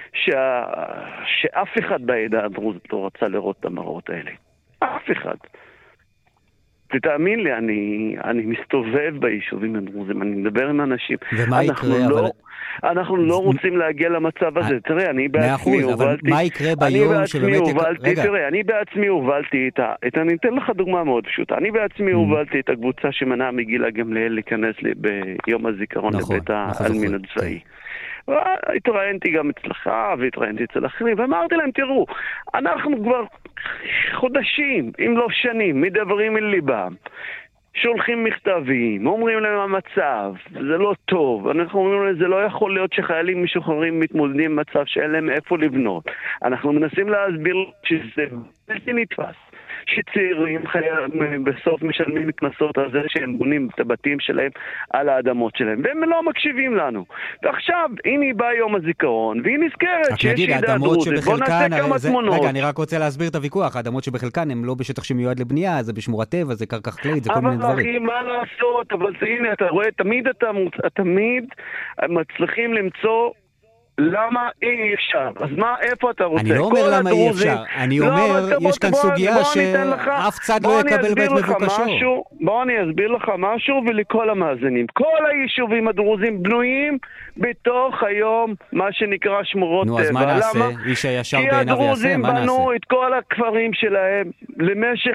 שאף אחד בעדה הדרוזית לא רצה לראות את המראות האלה. אף אחד. ותאמין לי, אני מסתובב ביישובים הדרוזים, אני מדבר עם אנשים. ומה יקרה? אנחנו לא רוצים להגיע למצב הזה. תראה, אני בעצמי הובלתי... מה יקרה ביום שבאמת... תראה, אני בעצמי הובלתי אני אתן לך דוגמה מאוד פשוטה. אני בעצמי הובלתי את הקבוצה שמנעה מגילה גמליאל להיכנס ביום הזיכרון לבית העלמין הצבאי. התראיינתי גם אצלך והתראיינתי אצל אחרים, ואמרתי להם, תראו, אנחנו כבר חודשים, אם לא שנים, מדברים אל ליבם, שולחים מכתבים, אומרים להם המצב, זה לא טוב. אנחנו אומרים להם, זה לא יכול להיות שחיילים משוחררים מתמודדים עם מצב שאין להם איפה לבנות. אנחנו מנסים להסביר שזה בלתי נתפס, שצעירים בסוף משלמים קנסות על זה שהם בונים את הבתים שלהם על האדמות שלהם, והם לא מקשיבים לנו. ועכשיו, הנה בא יום הזיכרון, והיא נזכרת שיש עדה דרוזית. בוא נעשה כמה תמונות. רגע, אני רק רוצה להסביר את הוויכוח. האדמות שבחלקן הם לא בשטח שמיועד לבנייה, זה בשמורת טבע, זה קרקע חקלאית, זה כל מיני דברים. אבל אחי, מה לעשות? אבל הנה, אתה רואה, תמיד מצליחים למצוא למה אי אפשר? אז מה, איפה אתה רוצה? אני לא אומר למה אי אפשר, אני אומר, יש כאן סוגיה שאף צד לא יקבל בית מבוקשו. בוא אני אסביר לך משהו ולכל המאזינים. כל היישובים הדרוזים בנויים בתוך היום מה שנקרא שמורות טבע. נו, אז מה נעשה? איש הישר בעיניו יעשה, מה נעשה? כי הדרוזים בנו את כל הכפרים שלהם למשך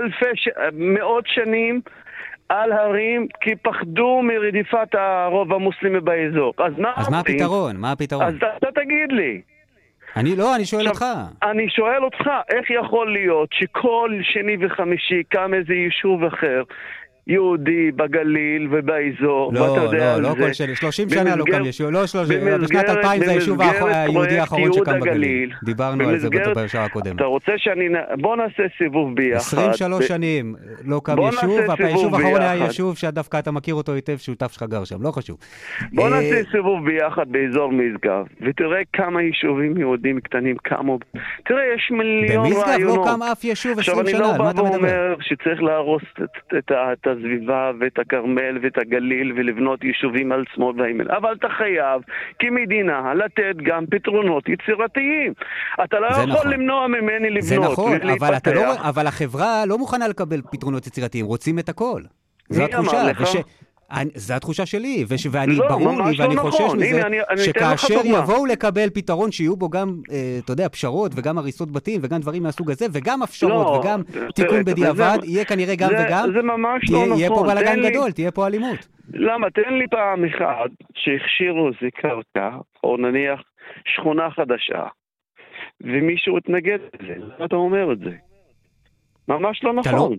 מאות שנים על הרים, כי פחדו מרדיפת הרוב המוסלמי באזור. אז מה הפתרון? מה הפתרון? אז אתה תגיד לי. אני שואל אותך. אני שואל אותך, איך יכול להיות שכל שני וחמישי קם איזה יישוב אחר, יהודי בגליל ובאזור, ואתה יודע על זה. לא כל שני, 30 שנה לא קם יישוב, בשנת 2000 זה היישוב היהודי האחרון שקם בגליל. דיברנו על זה בשעה הקודמת. אתה רוצה בוא נעשה סיבוב ביחד. 23 שנים לא קם יישוב, והיישוב האחרון היה יישוב שדווקא אתה מכיר אותו היטב, שותף שלך גר שם, לא חשוב. בוא נעשה סיבוב ביחד באזור משגב, ותראה כמה יישובים יהודים קטנים קמו. תראה, יש מיליון רעיונות. במשגב לא קם אף יישוב 20 שנה, על מה אתה מדבר? עכשיו אני לא בא ואומר שצריך להרוס את הסביבה ואת הכרמל ואת הגליל ולבנות יישובים על שמאל וימין. אבל אתה חייב כמדינה לתת גם פתרונות יצירתיים. אתה לא יכול למנוע ממני לבנות. זה נכון, אבל החברה לא מוכנה לקבל פתרונות יצירתיים, רוצים את הכל. זו התחושה. זו התחושה שלי, ואני ברור לי ואני חושש מזה שכאשר יבואו לקבל פתרון שיהיו בו גם, אתה יודע, פשרות וגם הריסות בתים וגם דברים מהסוג הזה וגם הפשרות וגם תיקון בדיעבד, יהיה כנראה גם וגם, יהיה פה בלגן גדול, תהיה פה אלימות. למה? תן לי פעם אחד שהכשירו איזה קרקע, או נניח שכונה חדשה, ומישהו התנגד לזה. למה אתה אומר את זה? ממש לא נכון.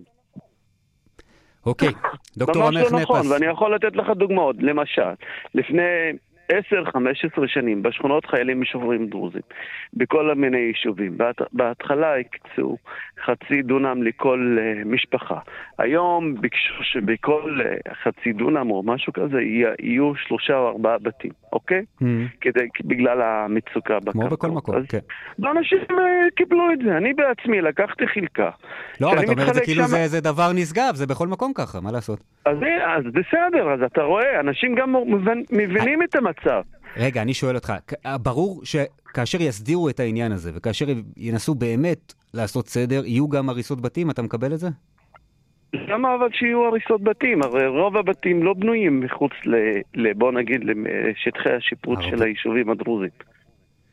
אוקיי, דוקטור עמך נפס. ממש לא נכון, ואני יכול לתת לך דוגמאות. למשל, לפני 10-15 שנים, בשכונות חיילים משוחררים דרוזים, בכל מיני יישובים. בהתחלה הקצו 0.5 דונם לכל משפחה. היום ביקשו שבכל 0.5 דונם או משהו כזה יהיו 3 או 4 בתים, אוקיי? בגלל המצוקה בקרקע. כמו בכל מקום, כן. ואנשים קיבלו את זה. אני בעצמי לקחתי חלקה. לא, אבל אתה אומר את זה כאילו זה דבר נשגב, זה בכל מקום ככה, מה לעשות? אז בסדר, אז אתה רואה, אנשים גם מבינים את המצב. רגע, אני שואל אותך, ברור שכאשר יסדירו את העניין הזה, וכאשר ינסו באמת לעשות סדר, יהיו גם הריסות בתים, אתה מקבל את זה? למה אבל שיהיו הריסות בתים? הרי רוב הבתים לא בנויים מחוץ בוא נגיד, לשטחי השיפוט של היישובים הדרוזים.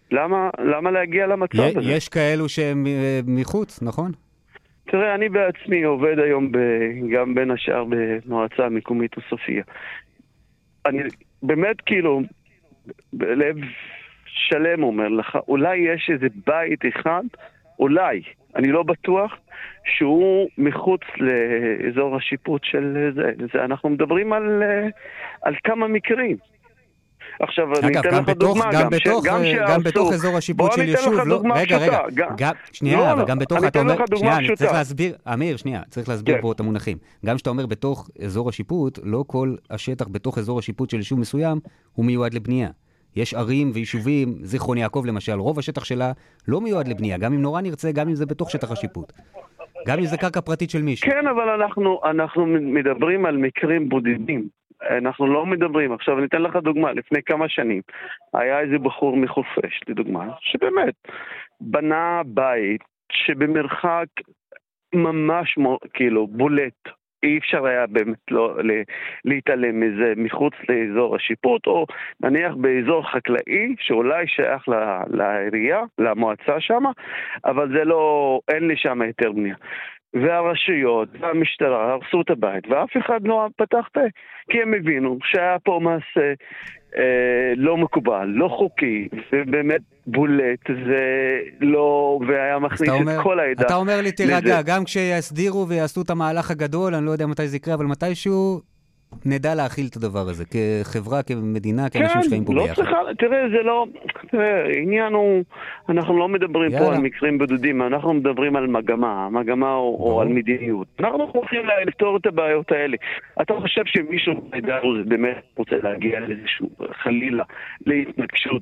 למה להגיע למצב הזה? יש כאלו שהם מחוץ, נכון? תראה, אני בעצמי עובד היום גם בין השאר במועצה המקומית עוספיה. אני באמת כאילו, בלב שלם אומר לך, אולי יש איזה בית אחד, אולי, אני לא בטוח, שהוא מחוץ לאזור השיפוט של זה. אנחנו מדברים על כמה מקרים. עכשיו, אני אתן לך דוגמה, גם בתוך אזור השיפוט של יישוב, רגע, שנייה, אבל גם בתוך, אתה אומר, שנייה, צריך להסביר, אמיר, שנייה, צריך להסביר פה את המונחים. גם שאתה אומר בתוך אזור השיפוט, לא כל השטח בתוך אזור השיפוט של יישוב מסוים, הוא מיועד לבנייה. יש ערים ויישובים, זיכרון יעקב למשל, רוב השטח שלה לא מיועד לבנייה, גם אם נורא נרצה, גם אם זה בתוך שטח השיפוט. גם אם זה קרקע פרטית של מישהו. כן, אבל אנחנו מדברים על מקרים בודדים. אנחנו לא מדברים. עכשיו אני אתן לך דוגמה. לפני כמה שנים היה איזה בחור מחורפיש, לדוגמה, שבאמת בנה בית שבמרחק ממש כאילו בולט. אי אפשר היה באמת להתעלם מזה מחוץ לאזור השיפוט, או נניח באזור חקלאי שאולי שייך לעירייה, למועצה שם, אבל זה לא, אין לי שם היתר בנייה. והרשויות והמשטרה הרסו את הבית, ואף אחד לא פתח פה, כי הם הבינו שהיה פה מעשה לא מקובל, לא חוקי, ובאמת בולט, זה לא, והיה מכניס את כל העדה. אתה אומר לי, תירגע, גם כשיסדירו ויעשו את המהלך הגדול, אני לא יודע מתי זה יקרה, אבל מתישהו נדע להכיל את הדבר הזה, כחברה, כמדינה, כאנשים שחיים פה ביחד. תראה, זה לא, העניין הוא, אנחנו לא מדברים פה על מקרים בודדים, אנחנו מדברים על מגמה או על מדיניות. אנחנו הולכים לפתור את הבעיות האלה. אתה חושב שמישהו באמת רוצה להגיע לאיזשהו חלילה, להתנגשות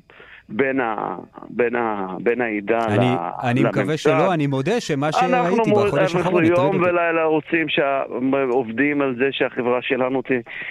בין העידה לממסד. אני מקווה שלא, אני מודה שמה שראיתי בחודש האחרון אנחנו יום ולילה רוצים שעובדים על זה שהחברה שלנו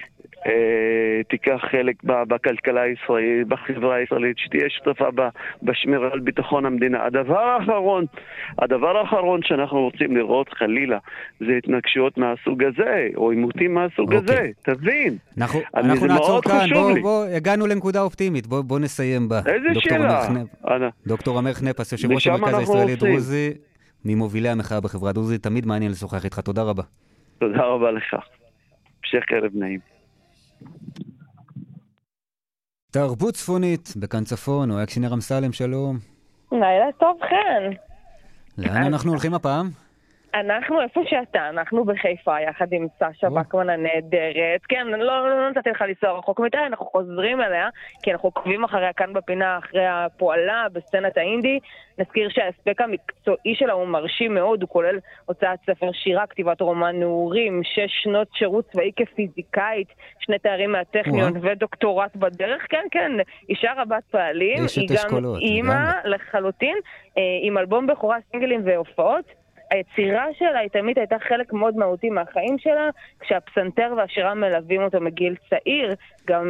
תיקח חלק בכלכלה הישראלית, בחברה הישראלית, שתהיה שותפה בשמירה על ביטחון המדינה. הדבר האחרון שאנחנו רוצים לראות חלילה זה התנגשויות מהסוג הזה, או עימותים מהסוג הזה, תבין. אנחנו נעצור כאן, בוא, הגענו לנקודה אופטימית, בוא נסיים בה. איזה שאלה? דוקטור אמיר חנפס, יושב ראש המרכז הישראלי דרוזי, ממובילי המחאה בחברה הדרוזית, תמיד מעניין לשוחח איתך, תודה רבה. תודה רבה לך. המשך ערב נעים. תרבות צפונית בכאן צפון, או אקשינר אמסלם, שלום. לילה טוב, חן. לאן אנחנו הולכים הפעם? אנחנו איפה שאתה, אנחנו בחיפה יחד עם סשה בקמן הנהדרת. כן, לא נתתי לך לנסוע רחוק מדי, אנחנו חוזרים אליה, כי אנחנו עוקבים אחריה כאן בפינה אחרי הפועלה בסצנת האינדי. נזכיר שהאספק המקצועי שלה הוא מרשים מאוד, הוא כולל הוצאת ספר שירה, כתיבת רומן נעורים, 6 שנות שירות צבאי כפיזיקאית, 2 תארים מהטכניון ודוקטורט בדרך. כן, אישה רבת פעלים, היא גם אימא לחלוטין, עם אלבום בכורה, סינגלים והופעות. היצירה שלה היא תמיד הייתה חלק מאוד מהותי מהחיים שלה, כשהפסנתר והשירה מלווים אותו מגיל צעיר, גם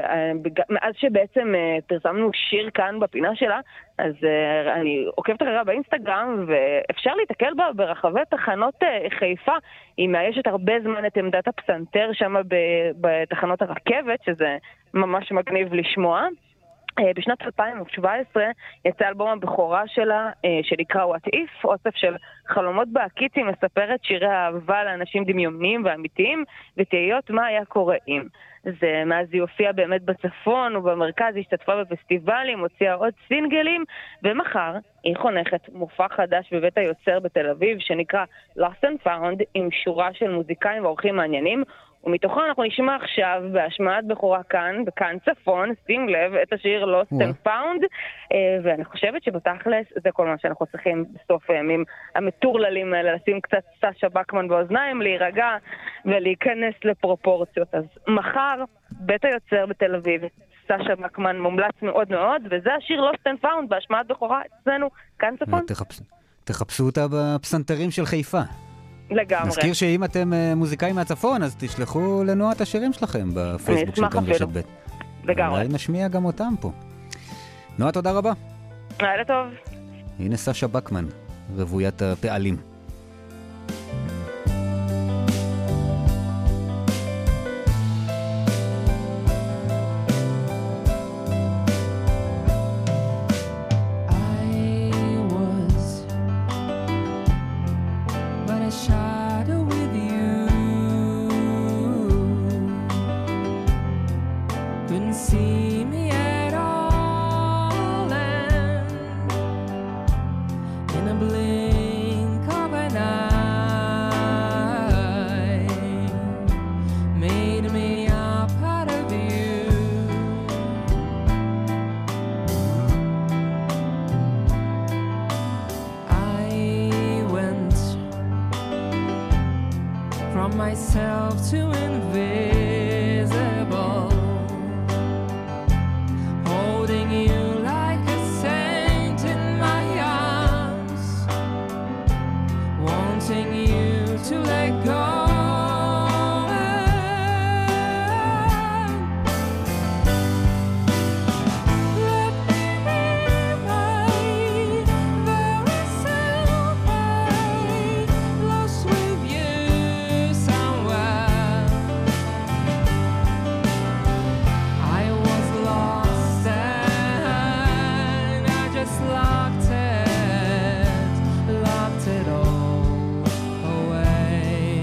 מאז שבעצם פרסמנו שיר כאן בפינה שלה, אז אני עוקבת אחריה באינסטגרם, ואפשר להתקל בה ברחבי תחנות חיפה. היא מאיישת הרבה זמן את עמדת הפסנתר שם בתחנות הרכבת, שזה ממש מגניב לשמוע. בשנת 2017 יצא אלבום הבכורה שלה שנקרא What If, אוסף של חלומות בהקיץ. היא מספרת שירי אהבה לאנשים דמיוניים ואמיתיים ותהיות מה היה קורה אם. זה מאז היא הופיעה באמת בצפון ובמרכז, היא השתתפה בפסטיבלים, הוציאה עוד סינגלים, ומחר היא חונכת מופע חדש בבית היוצר בתל אביב שנקרא Lost and Found, עם שורה של מוזיקאים ואורחים מעניינים, ומתוכו אנחנו נשמע עכשיו בהשמעת בכורה כאן, בכאן צפון, שים לב, את השיר Lost and Found, ואני חושבת שבתכלס זה כל מה שאנחנו צריכים בסוף הימים המטורללים האלה, לשים קצת סשה בקמן באוזניים, להירגע ולהיכנס לפרופורציות. אז מחר, בית היוצר בתל אביב, סשה בקמן מומלץ מאוד מאוד, וזה השיר Lost and Found בהשמעת בכורה אצלנו, כאן צפון. תחפשו אותה בפסנתרים של חיפה. לגמרי. נזכיר שאם אתם מוזיקאים מהצפון, אז תשלחו לנועה את השירים שלכם בפייסבוק של כאן רשת ב'. לגמרי. אולי נשמיע גם אותם פה. נועה, תודה רבה. לילה טוב. הנה סשה בקמן, רוויית הפעלים. see me at all, and in a blink of an eye made me a part of you. I went from myself to invisible, holding you like a saint in my arms, wanting you to let go. Let me be my very self, lost with you somewhere. I was lost and I just locked it all away.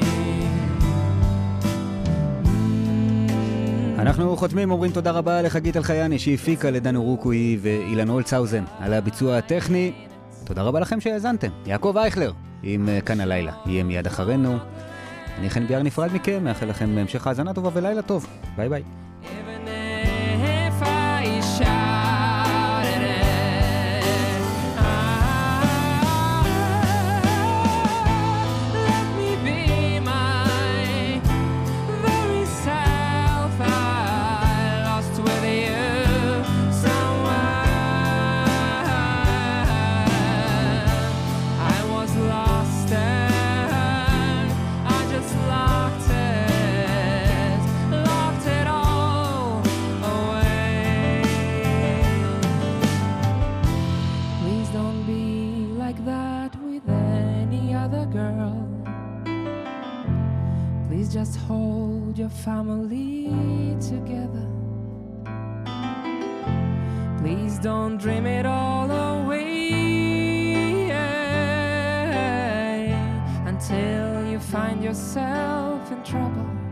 אנחנו חותמים, אומרים תודה רבה לחגית אלחייני שהפיקה, לדן אורוקוי ואילן הולצהאוזן על הביצוע הטכני. תודה רבה לכם שהאזנתם. יעקב אייכלר עם כאן הלילה יהיה מיד אחרינו. אני חן ביאר נפרד מכם, מאחל לכם המשך האזנה טובה ולילה טוב. ביי ביי. Even if I shouted it, let me be my very self. I lost with you somewhere. I was lost and I just locked it all away. Please don't be like that with any other girl. Please just hold your family together. Please don't dream it all away until you find yourself in trouble.